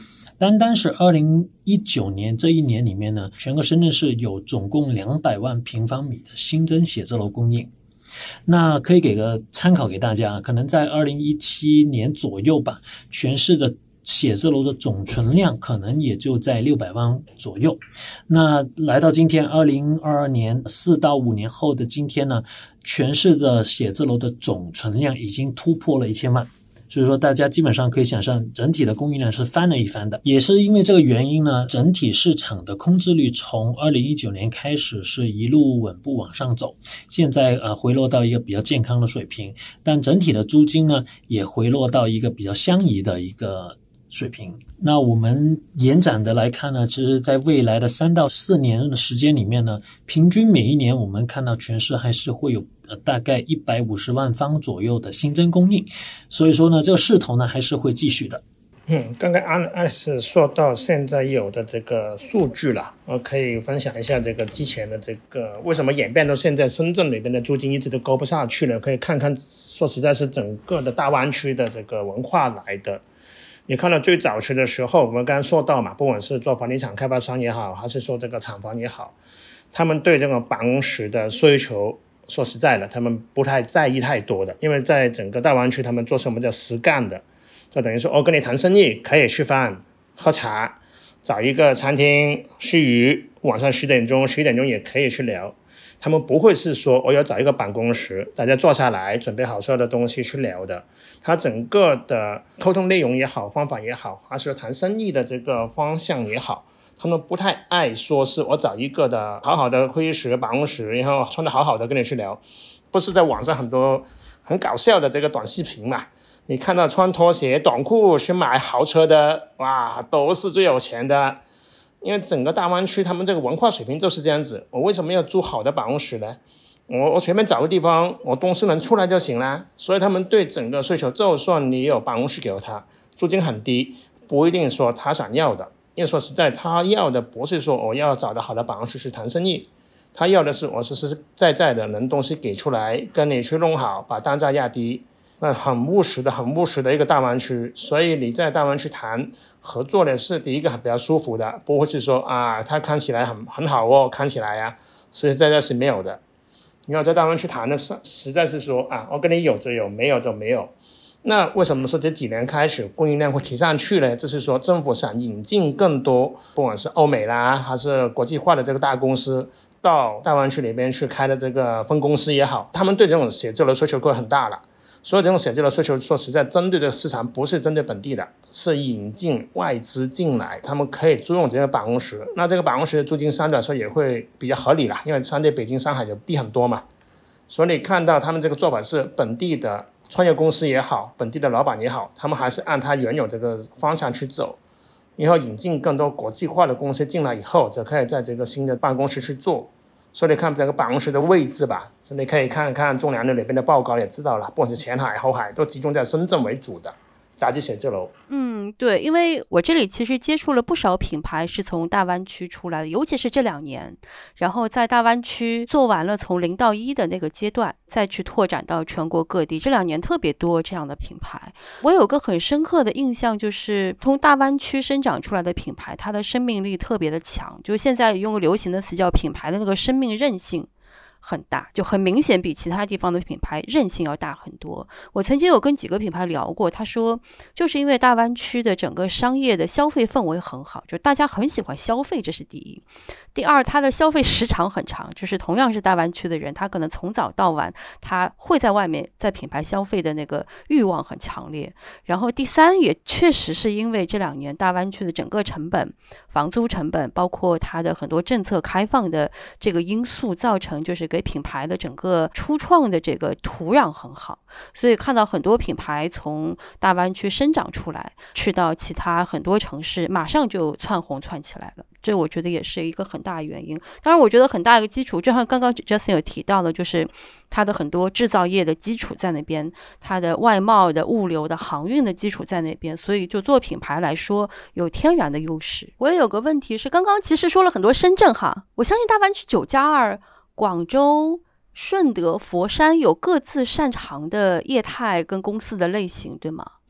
单单是二零一九年这一年里面呢，全个深圳市有总共两百万平方米的新增写字楼供应。那可以给个参考给大家，可能在二零一七年左右吧，全市的写字楼的总存量可能也就在六百万左右。那来到今天二零二二年四到五年后的今天呢，全市的写字楼的总存量已经突破了一千万。所以说大家基本上可以想象，整体的供应量是翻了一番的。也是因为这个原因呢，整体市场的空置率从二零一九年开始是一路稳步往上走，现在呃回落到一个比较健康的水平，但整体的租金呢也回落到一个比较相宜的一个水平。那我们延展的来看呢，其实在未来的三到四年的时间里面呢，平均每一年我们看到全市还是会有呃大概一百五十万方左右的新增供应，所以说呢，这个势头呢还是会继续的。 嗯，刚刚安安是说到现在有的这个数据了，我可以分享一下这个之前的这个为什么演变到现在深圳里边的租金一直都高不下去了，可以看看，说实在是整个的大湾区的这个文化来的。你看到最早期的时候，我们刚刚说到嘛，不管是做房地产开发商也好，还是说这个厂房也好，他们对这个办公室的需求，说实在的，他们不太在意太多的，因为在整个大湾区，他们做什么叫实干的，就等于说，我、哦、跟你谈生意，可以吃饭、喝茶，找一个餐厅吃鱼，晚上十点钟、十一点钟也可以去聊。他们不会是说我要找一个办公室，大家坐下来准备好所有的东西去聊的。他整个的沟通内容也好，方法也好，还是谈生意的这个方向也好，他们不太爱说是我找一个的好好的会议室、办公室，然后穿得好好的跟你去聊。不是在网上很多很搞笑的这个短视频嘛，你看到穿拖鞋短裤去买豪车的，哇，都是最有钱的。因为整个大湾区他们这个文化水平就是这样子，我为什么要租好的办公室呢？我我随便找个地方，我公司能出来就行了。所以他们对整个需求，就算你有办公室给他，租金很低，不一定说他想要的。因为说实在，他要的不是说我要找的好的办公室去谈生意，他要的是我实实在在的能东西给出来，跟你去弄好，把单价压低。那很务实的很务实的一个大湾区，所以你在大湾区谈合作的是第一个比较舒服的，不会是说啊它看起来很很好哦，看起来呀、啊、实实在在是没有的。你要在大湾区谈的是实在是说啊我跟你有就有，没有就没有。那为什么说这几年开始供应量会提上去呢？就是说政府想引进更多不管是欧美啦还是国际化的这个大公司到大湾区里边去开的这个分公司也好，他们对这种写字楼需求会很大了。所以这种写字楼需求说实在针对这个市场不是针对本地的，是引进外资进来，他们可以租用这个办公室，那这个办公室的租金相对来说也会比较合理啦，因为相对北京上海就低很多嘛。所以你看到他们这个做法是本地的创业公司也好，本地的老板也好，他们还是按他原有这个方向去走，然后引进更多国际化的公司进来以后，就可以在这个新的办公室去做。所以你看这个办公室的位置吧，你可以看看仲量的里边的报告也知道了，不管是前海、后海都集中在深圳为主的杂技写字楼。 嗯，对，因为我这里其实接触了不少品牌是从大湾区出来的，尤其是这两年，然后在大湾区做完了从零到一的那个阶段，再去拓展到全国各地，这两年特别多这样的品牌。我有个很深刻的印象，就是从大湾区生长出来的品牌，它的生命力特别的强，就现在用个流行的词叫品牌的那个生命韧性很大，就很明显比其他地方的品牌韧性要大很多。我曾经有跟几个品牌聊过，他说就是因为大湾区的整个商业的消费氛围很好，就大家很喜欢消费，这是第一。第二，它的消费时长很长，就是同样是大湾区的人，他可能从早到晚他会在外面在品牌消费的那个欲望很强烈。然后第三，也确实是因为这两年大湾区的整个成本、房租成本，包括它的很多政策开放的这个因素，造成就是给品牌的整个初创的这个土壤很好，所以看到很多品牌从大湾区生长出来，去到其他很多城市，马上就窜红窜起来了。这我觉得也是一个很大的原因。当然我觉得很大一个基础，就像刚刚 Justin 有提到的，就是它的很多制造业的基础在那边，它的外贸的物流的航运的基础在那边，所以就做品牌来说有天然的优势。我也有个问题是，刚刚其实说了很多深圳哈，我相信大湾区九加二，广州、顺德、佛山有各自擅长的业态跟公司的类型，对吗？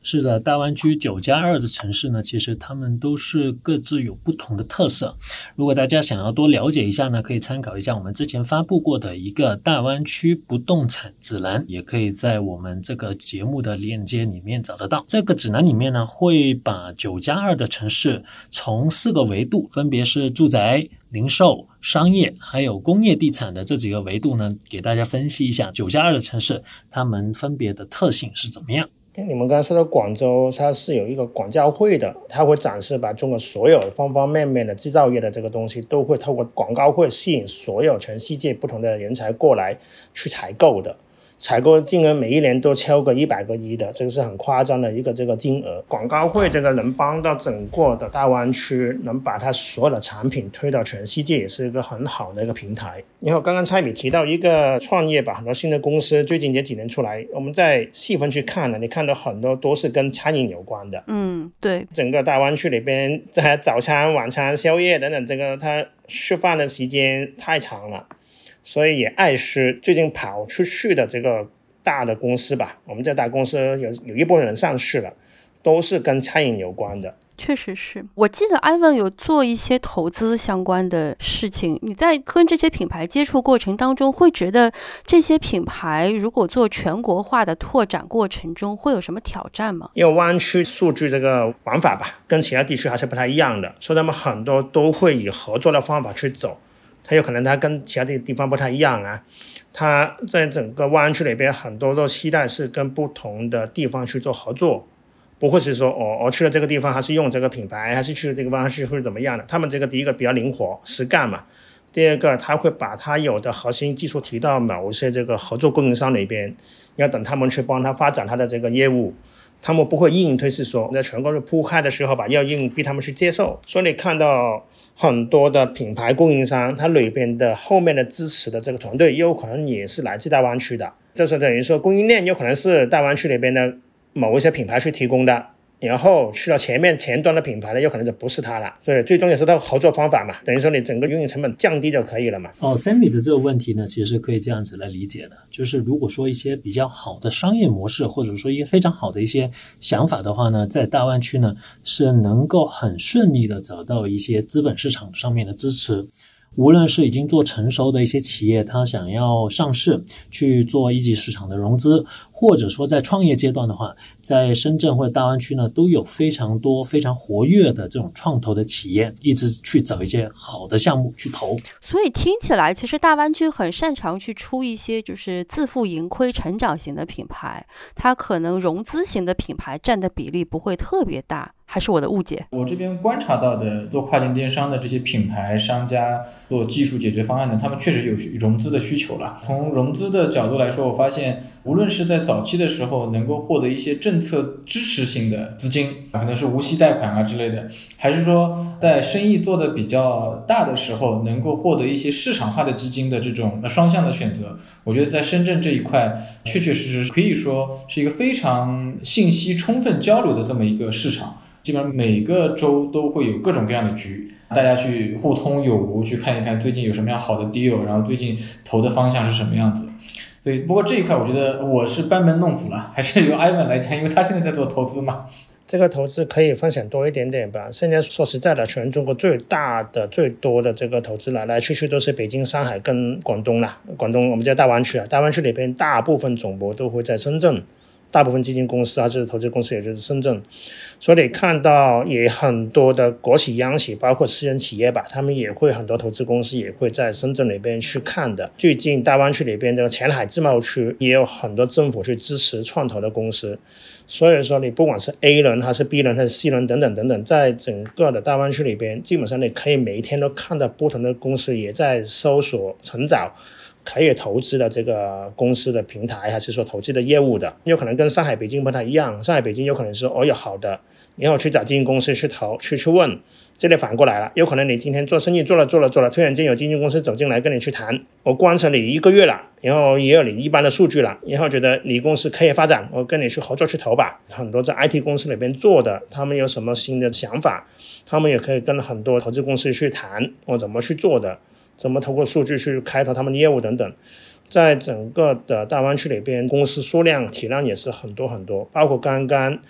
是的，大湾区九加二的城市呢，其实他们都是各自有不同的特色。如果大家想要多了解一下呢，可以参考一下我们之前发布过的一个大湾区不动产指南，也可以在我们这个节目的链接里面找得到。这个指南里面呢，会把九加二的城市从四个维度，分别是住宅、零售、商业还有工业地产的这几个维度呢，给大家分析一下九加二的城市它们分别的特性是怎么样。 你们刚才说的广州，它是有一个广交会的，它会展示把中国所有方方面面的制造业的这个东西都会透过广交会吸引所有全世界不同的人才过来去采购的，采购金额每一年都超过一百个亿的，这个是很夸张的一个这个金额。广交会这个能帮到整个的大湾区，能把它所有的产品推到全世界，也是一个很好的一个平台。然后刚刚蔡米提到一个创业吧，很多新的公司最近这几年出来，我们在细分去看呢，你看到很多都是跟餐饮有关的。 嗯，对， 整个大湾区里边，在早餐、晚餐、宵夜等等，这个它吃饭的时间太长了。所以也爱是最近跑出去的这个大的公司吧，我们这大公司有有一部分人上市了，都是跟餐饮有关的。 确实是，我记得 Ivan 有做一些投资相关的事情。你在跟这些品牌接触过程当中，会觉得这些品牌如果做全国化的拓展过程中会有什么挑战吗？ 因为湾区数据这个玩法吧，跟其他地区还是不太一样的，所以他们很多都会以合作的方法去走。它有可能它跟其他的地方不太一样啊，它在整个湾区里边很多都期待是跟不同的地方去做合作，不会是说哦，我去了这个地方还是用这个品牌，还是去了这个湾区或者怎么样的。他们这个第一个比较灵活实干嘛，第二个他会把他有的核心技术提到某些这个合作供应商那边，要等他们去帮他发展他的这个业务，他们不会硬推，是说在全国铺开的时候吧，要硬逼他们去接受。所以你看到很多的品牌供应商，它里边的后面的支持的这个团队有可能也是来自大湾区的，就是等于说供应链有可能是大湾区里边的某一些品牌去提供的，然后去到前面前端的品牌呢，有可能就不是它了。所以最终也是它合作方法嘛，等于说你整个运营成本降低就可以了嘛。 哦 Sammy 的这个问题呢，其实可以这样子来理解的，就是如果说一些比较好的商业模式，或者说一些非常好的一些想法的话呢，在大湾区呢是能够很顺利的找到一些资本市场上面的支持。无论是已经做成熟的一些企业，他想要上市去做一级市场的融资，或者说在创业阶段的话，在深圳或者大湾区呢，都有非常多非常活跃的这种创投的企业，一直去找一些好的项目去投。 所以听起来，其实大湾区很擅长去出一些就是自负盈亏、成长型的品牌，它可能融资型的品牌占的比例不会特别大。还是我的误解？ 我这边观察到的做跨境电商的这些品牌商家做技术解决方案的，他们确实有融资的需求了。从融资的角度来说，我发现无论是在早期的时候能够获得一些政策支持性的资金，可能是无息贷款啊之类的，还是说在生意做的比较大的时候能够获得一些市场化的基金的这种双向的选择，我觉得在深圳这一块确确实实可以说是一个非常信息充分交流的这么一个市场。基本上每个州都会有各种各样的局，大家去互通有无，去看一看最近有什么样好的 deal， 然后最近投的方向是什么样子。所以不过这一块我觉得我是班门弄斧了，还是由 Ivan 来讲，因为他现在在做投资嘛。 这个投资可以分享多一点点吧。现在说实在的，全中国最大的最多的这个投资来来去去都是北京、上海跟广东啦。广东我们叫大湾区啊，大湾区里边大部分总部都会在深圳，大部分基金公司还是投资公司也就是深圳。所以你看到也很多的国企央企包括私人企业吧，他们也会很多投资公司也会在深圳里边去看的。最近大湾区里边的前海自贸区也有很多政府去支持创投的公司，所以说你不管是 A 轮还是 B 轮还是 C 轮等等等等，在整个的大湾区里边基本上你可以每一天都看到不同的公司也在搜索寻找可以投资的这个公司的平台，还是说投资的业务的。有可能跟上海北京不太一样，上海北京有可能是哦有好的，然后去找基金公司去投去去问，这里反过来了，有可能你今天做生意做了做了做了，突然间有基金公司走进来跟你去谈，我观察你一个月了，然后也有你一般的数据了，然后觉得你公司可以发展，我跟你去合作去投吧。很多在 I T 公司里边做的，他们有什么新的想法，他们也可以跟很多投资公司去谈我怎么去做的，怎么通过数据去开拓他们的业务等等。在整个的大湾区里边，公司数量体量也是很多很多，包括刚刚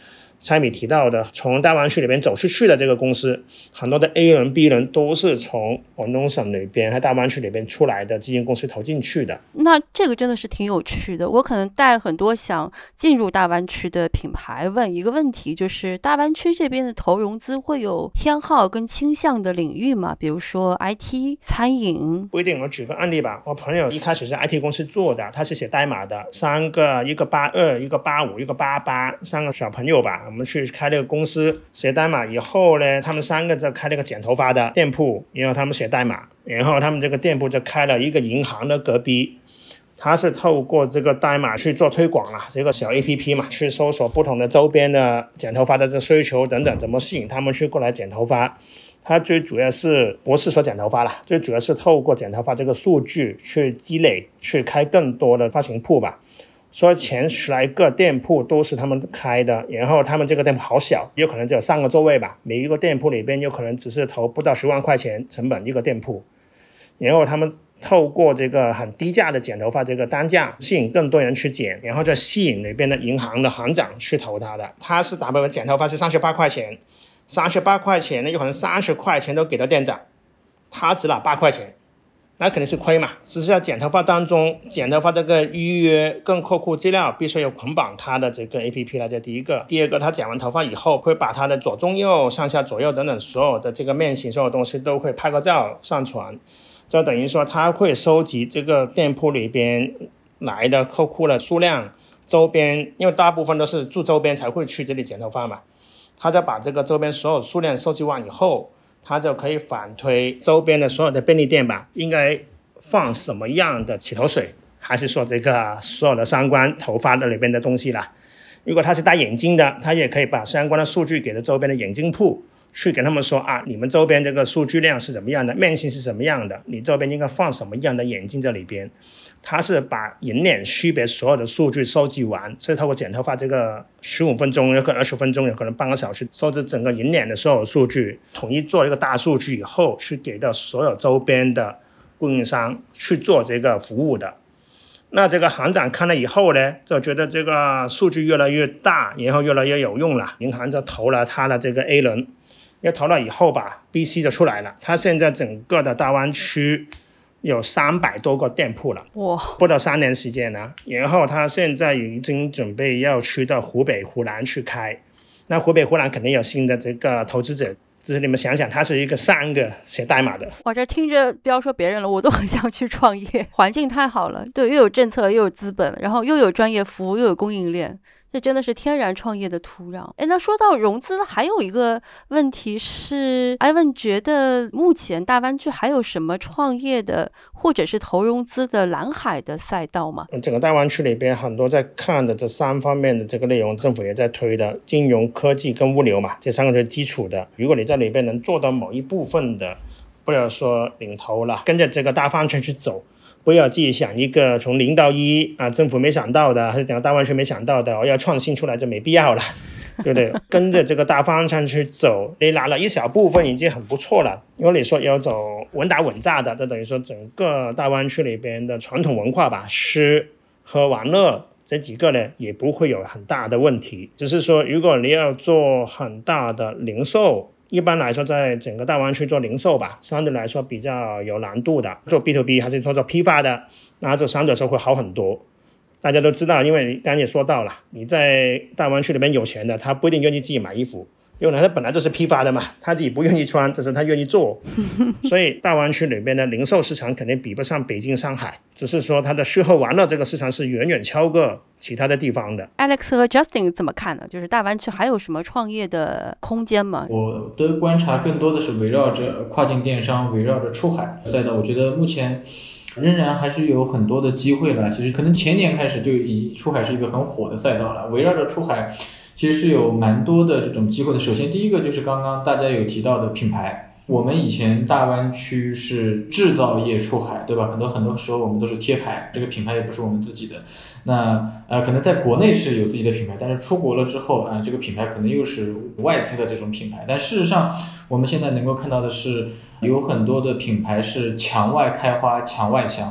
蔡米提到的从大湾区里边走出去的这个公司，很多的 A 轮 B 轮都是从广东省里边和大湾区里边出来的基金公司投进去的。 那这个真的是挺有趣的。我可能带很多想进入大湾区的品牌问一个问题，就是大湾区这边的投融资会有偏好跟倾向的领域吗？比如说 I T 餐饮。 不一定，我举个案例吧。我朋友一开始是 I T 公司做的，他是写代码的，三个，一个八二，一个八五，一个八八，三个小朋友吧，我们去开了个公司写代码以后呢，他们三个就开了个剪头发的店铺，然后他们写代码，然后他们这个店铺就开了一个银行的隔壁。他是透过这个代码去做推广啦，这个小 A P P 嘛，去搜索不同的周边的剪头发的这需求等等，怎么吸引他们去过来剪头发。他最主要是不是说剪头发啦，最主要是透过剪头发这个数据去积累，去开更多的发行铺吧。所以前十来个店铺都是他们开的，然后他们这个店铺好小，有可能只有三个座位吧，每一个店铺里边有可能只是投不到十万块钱成本一个店铺，然后他们透过这个很低价的剪头发这个单价吸引更多人去剪，然后再吸引那边的银行的行长去投他的。他是打比方剪头发是三十八块钱，三十八块钱呢，有可能三十块钱都给到店长，他只拿八块钱，那肯定是亏嘛。只是在剪头发当中，剪头发这个预约跟客户资料必须要捆绑他的这个 A P P 来，这第一个。第二个，他剪完头发以后会把他的左中右上下左右等等所有的这个面型所有东西都会拍个照上传，就等于说他会收集这个店铺里边来的客户的数量，周边，因为大部分都是住周边才会去这里剪头发嘛，他就把这个周边所有数量收集完以后，他就可以反推周边的所有的便利店吧，应该放什么样的洗头水，还是说这个所有的相关头发的里边的东西啦。如果他是戴眼镜的，他也可以把相关的数据给了周边的眼镜铺，去跟他们说啊，你们周边这个数据量是怎么样的，面型是怎么样的，你周边应该放什么样的眼镜在里边。他是把人脸区别所有的数据收集完，所以透过剪头发这个十五分钟有可能二十分钟有可能半个小时收集整个人脸的所有数据，统一做一个大数据以后，去给到所有周边的供应商去做这个服务的。那这个行长看了以后呢，就觉得这个数据越来越大，然后越来越有用了，银行就投了他的这个 A 轮，要投了以后吧 B C 就出来了。他现在整个的大湾区有三百多个店铺了， 哇， 不到三年时间呢。然后他现在已经准备要去到湖北湖南去开，那湖北湖南肯定有新的这个投资者，只是你们想想，他是一个三个写代码的。 哇，这听着不要说别人了，我都很想去创业，环境太好了，对，又有政策又有资本，然后又有专业服务又有供应链，这真的是天然创业的土壤。哎，那说到融资，还有一个问题是 Ivan 觉得目前大湾区还有什么创业的或者是投融资的蓝海的赛道吗？ 整个大湾区里边很多在看的这三方面的这个内容，政府也在推的，金融、科技跟物流嘛，这三个是基础的。如果你在里边能做到某一部分的，不要说领头了，跟着这个大方向去走，不要自己想一个从零到一啊，政府没想到的，还是整个大湾区没想到的，我要创新出来就没必要了，对不对？跟着这个大方向去走，你拿了一小部分已经很不错了。如果你说要走稳打稳扎的，就等于说整个大湾区里边的传统文化吧，吃喝玩乐这几个呢也不会有很大的问题。只是说如果你要做很大的零售，一般来说在整个大湾区做零售吧，相对来说比较有难度的，做 B to B 还是做做批发的，那就相对来说会好很多。大家都知道，因为刚才也说到了，你在大湾区里面有钱的，他不一定愿意自己买衣服，因为他本来就是批发的嘛，他自己不愿意穿，只是他愿意做。所以大湾区里面的零售市场肯定比不上北京上海，只是说它的吃喝玩乐这个市场是远远超过其他的地方的。 Alex 和 Justin 怎么看呢？就是大湾区还有什么创业的空间吗？ 我的观察更多的是围绕着跨境电商，围绕着出海赛道，我觉得目前仍然还是有很多的机会了。其实可能前年开始就已出海是一个很火的赛道了，围绕着出海其实是有蛮多的这种机会的。首先第一个就是刚刚大家有提到的品牌，我们以前大湾区是制造业出海，对吧？很多很多时候我们都是贴牌，这个品牌也不是我们自己的。那呃，可能在国内是有自己的品牌，但是出国了之后啊、呃，这个品牌可能又是外资的这种品牌。但事实上，我们现在能够看到的是，有很多的品牌是墙外开花、墙外香。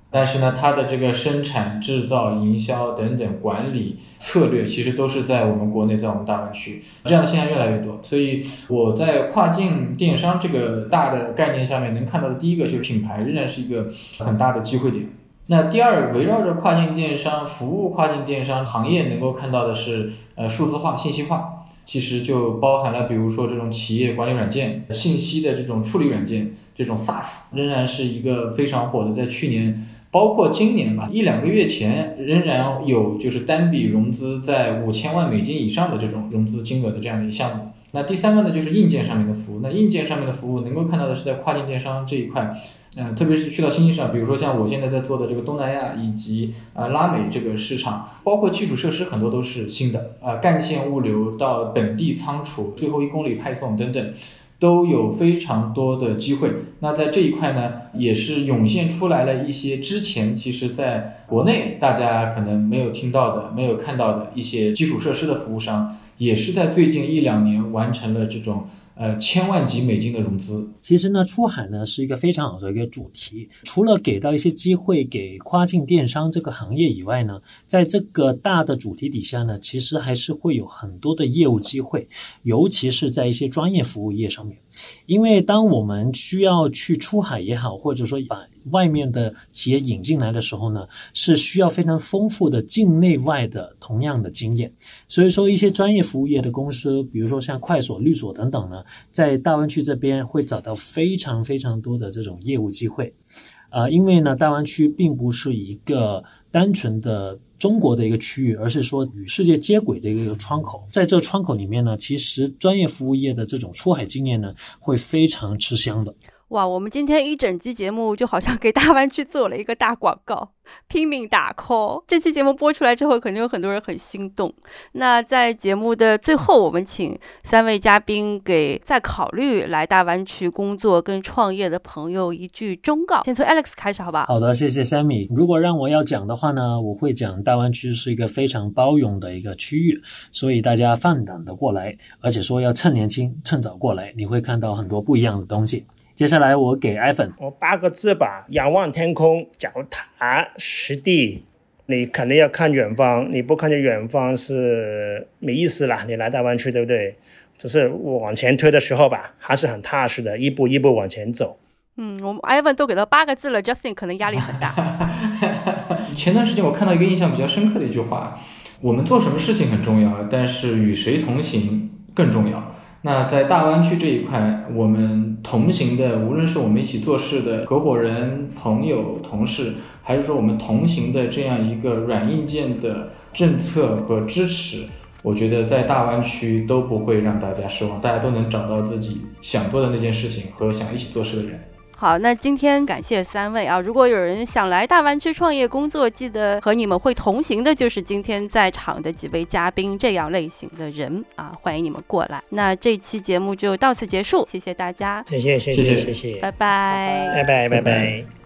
但是呢，它的这个生产、制造、营销等等管理策略，其实都是在我们国内，在我们大湾区，这样的现象越来越多。所以我在跨境电商这个大的概念下面能看到的第一个就是品牌仍然是一个很大的机会点。那第二，围绕着跨境电商、服务跨境电商行业能够看到的是呃数字化、信息化。其实就包含了比如说这种企业管理软件、信息的这种处理软件，这种 SaaS 仍然是一个非常火的，在去年包括今年吧，一两个月前仍然有就是单笔融资在五千万美金以上的这种融资金额的这样的一个项目。那第三个呢，就是硬件上面的服务。那硬件上面的服务能够看到的是在跨境电商这一块，呃，特别是去到新兴市场，比如说像我现在在做的这个东南亚以及呃拉美这个市场，包括基础设施很多都是新的，呃，干线物流到本地仓储、最后一公里派送等等，都有非常多的机会。那在这一块呢，也是涌现出来了一些之前其实在国内大家可能没有听到的、没有看到的一些基础设施的服务商，也是在最近一两年完成了这种呃千万级美金的融资。 其实呢，出海呢是一个非常好的一个主题，除了给到一些机会给跨境电商这个行业以外呢，在这个大的主题底下呢，其实还是会有很多的业务机会，尤其是在一些专业服务业上面。因为当我们需要去出海也好，或者说把外面的企业引进来的时候呢，是需要非常丰富的境内外的同样的经验。所以说一些专业服务业的公司，比如说像快手、律所等等呢，在大湾区这边会找到非常非常多的这种业务机会。呃，因为呢，大湾区并不是一个单纯的中国的一个区域，而是说与世界接轨的一个窗口。在这窗口里面呢，其实专业服务业的这种出海经验呢，会非常吃香的。 哇，我们今天一整期节目就好像给大湾区做了一个大广告，拼命打 call。这期节目播出来之后，肯定有很多人很心动。那在节目的最后，我们请三位嘉宾给在考虑来大湾区工作跟创业的朋友一句忠告。先从 Alex 开始好吧？ 好的，谢谢 Sammy。如果让我要讲的话呢，我会讲大湾区是一个非常包容的一个区域，所以大家放胆的过来，而且说要趁年轻趁早过来，你会看到很多不一样的东西。接下来我给 Ivan， 我八个字吧：仰望天空，脚踏实地。你肯定要看远方，你不看见远方是没意思啦。你来大湾区，对不对？只是往前推的时候吧，还是很踏实的，一步一步往前走。 嗯，我们 Ivan 都给到八个字了 ，Justin 可能压力很大。 前段时间我看到一个印象比较深刻的一句话：我们做什么事情很重要，但是与谁同行更重要。那在大湾区这一块，我们同行的，无论是我们一起做事的合伙人、朋友、同事，还是说我们同行的这样一个软硬件的政策和支持，我觉得在大湾区都不会让大家失望，大家都能找到自己想做的那件事情和想一起做事的人。 好，那今天感谢三位啊！如果有人想来大湾区创业工作，记得和你们会同行的就是今天在场的几位嘉宾这样类型的人啊，欢迎你们过来。那这期节目就到此结束，谢谢大家， 谢谢谢谢谢谢， 拜拜， 拜拜拜拜。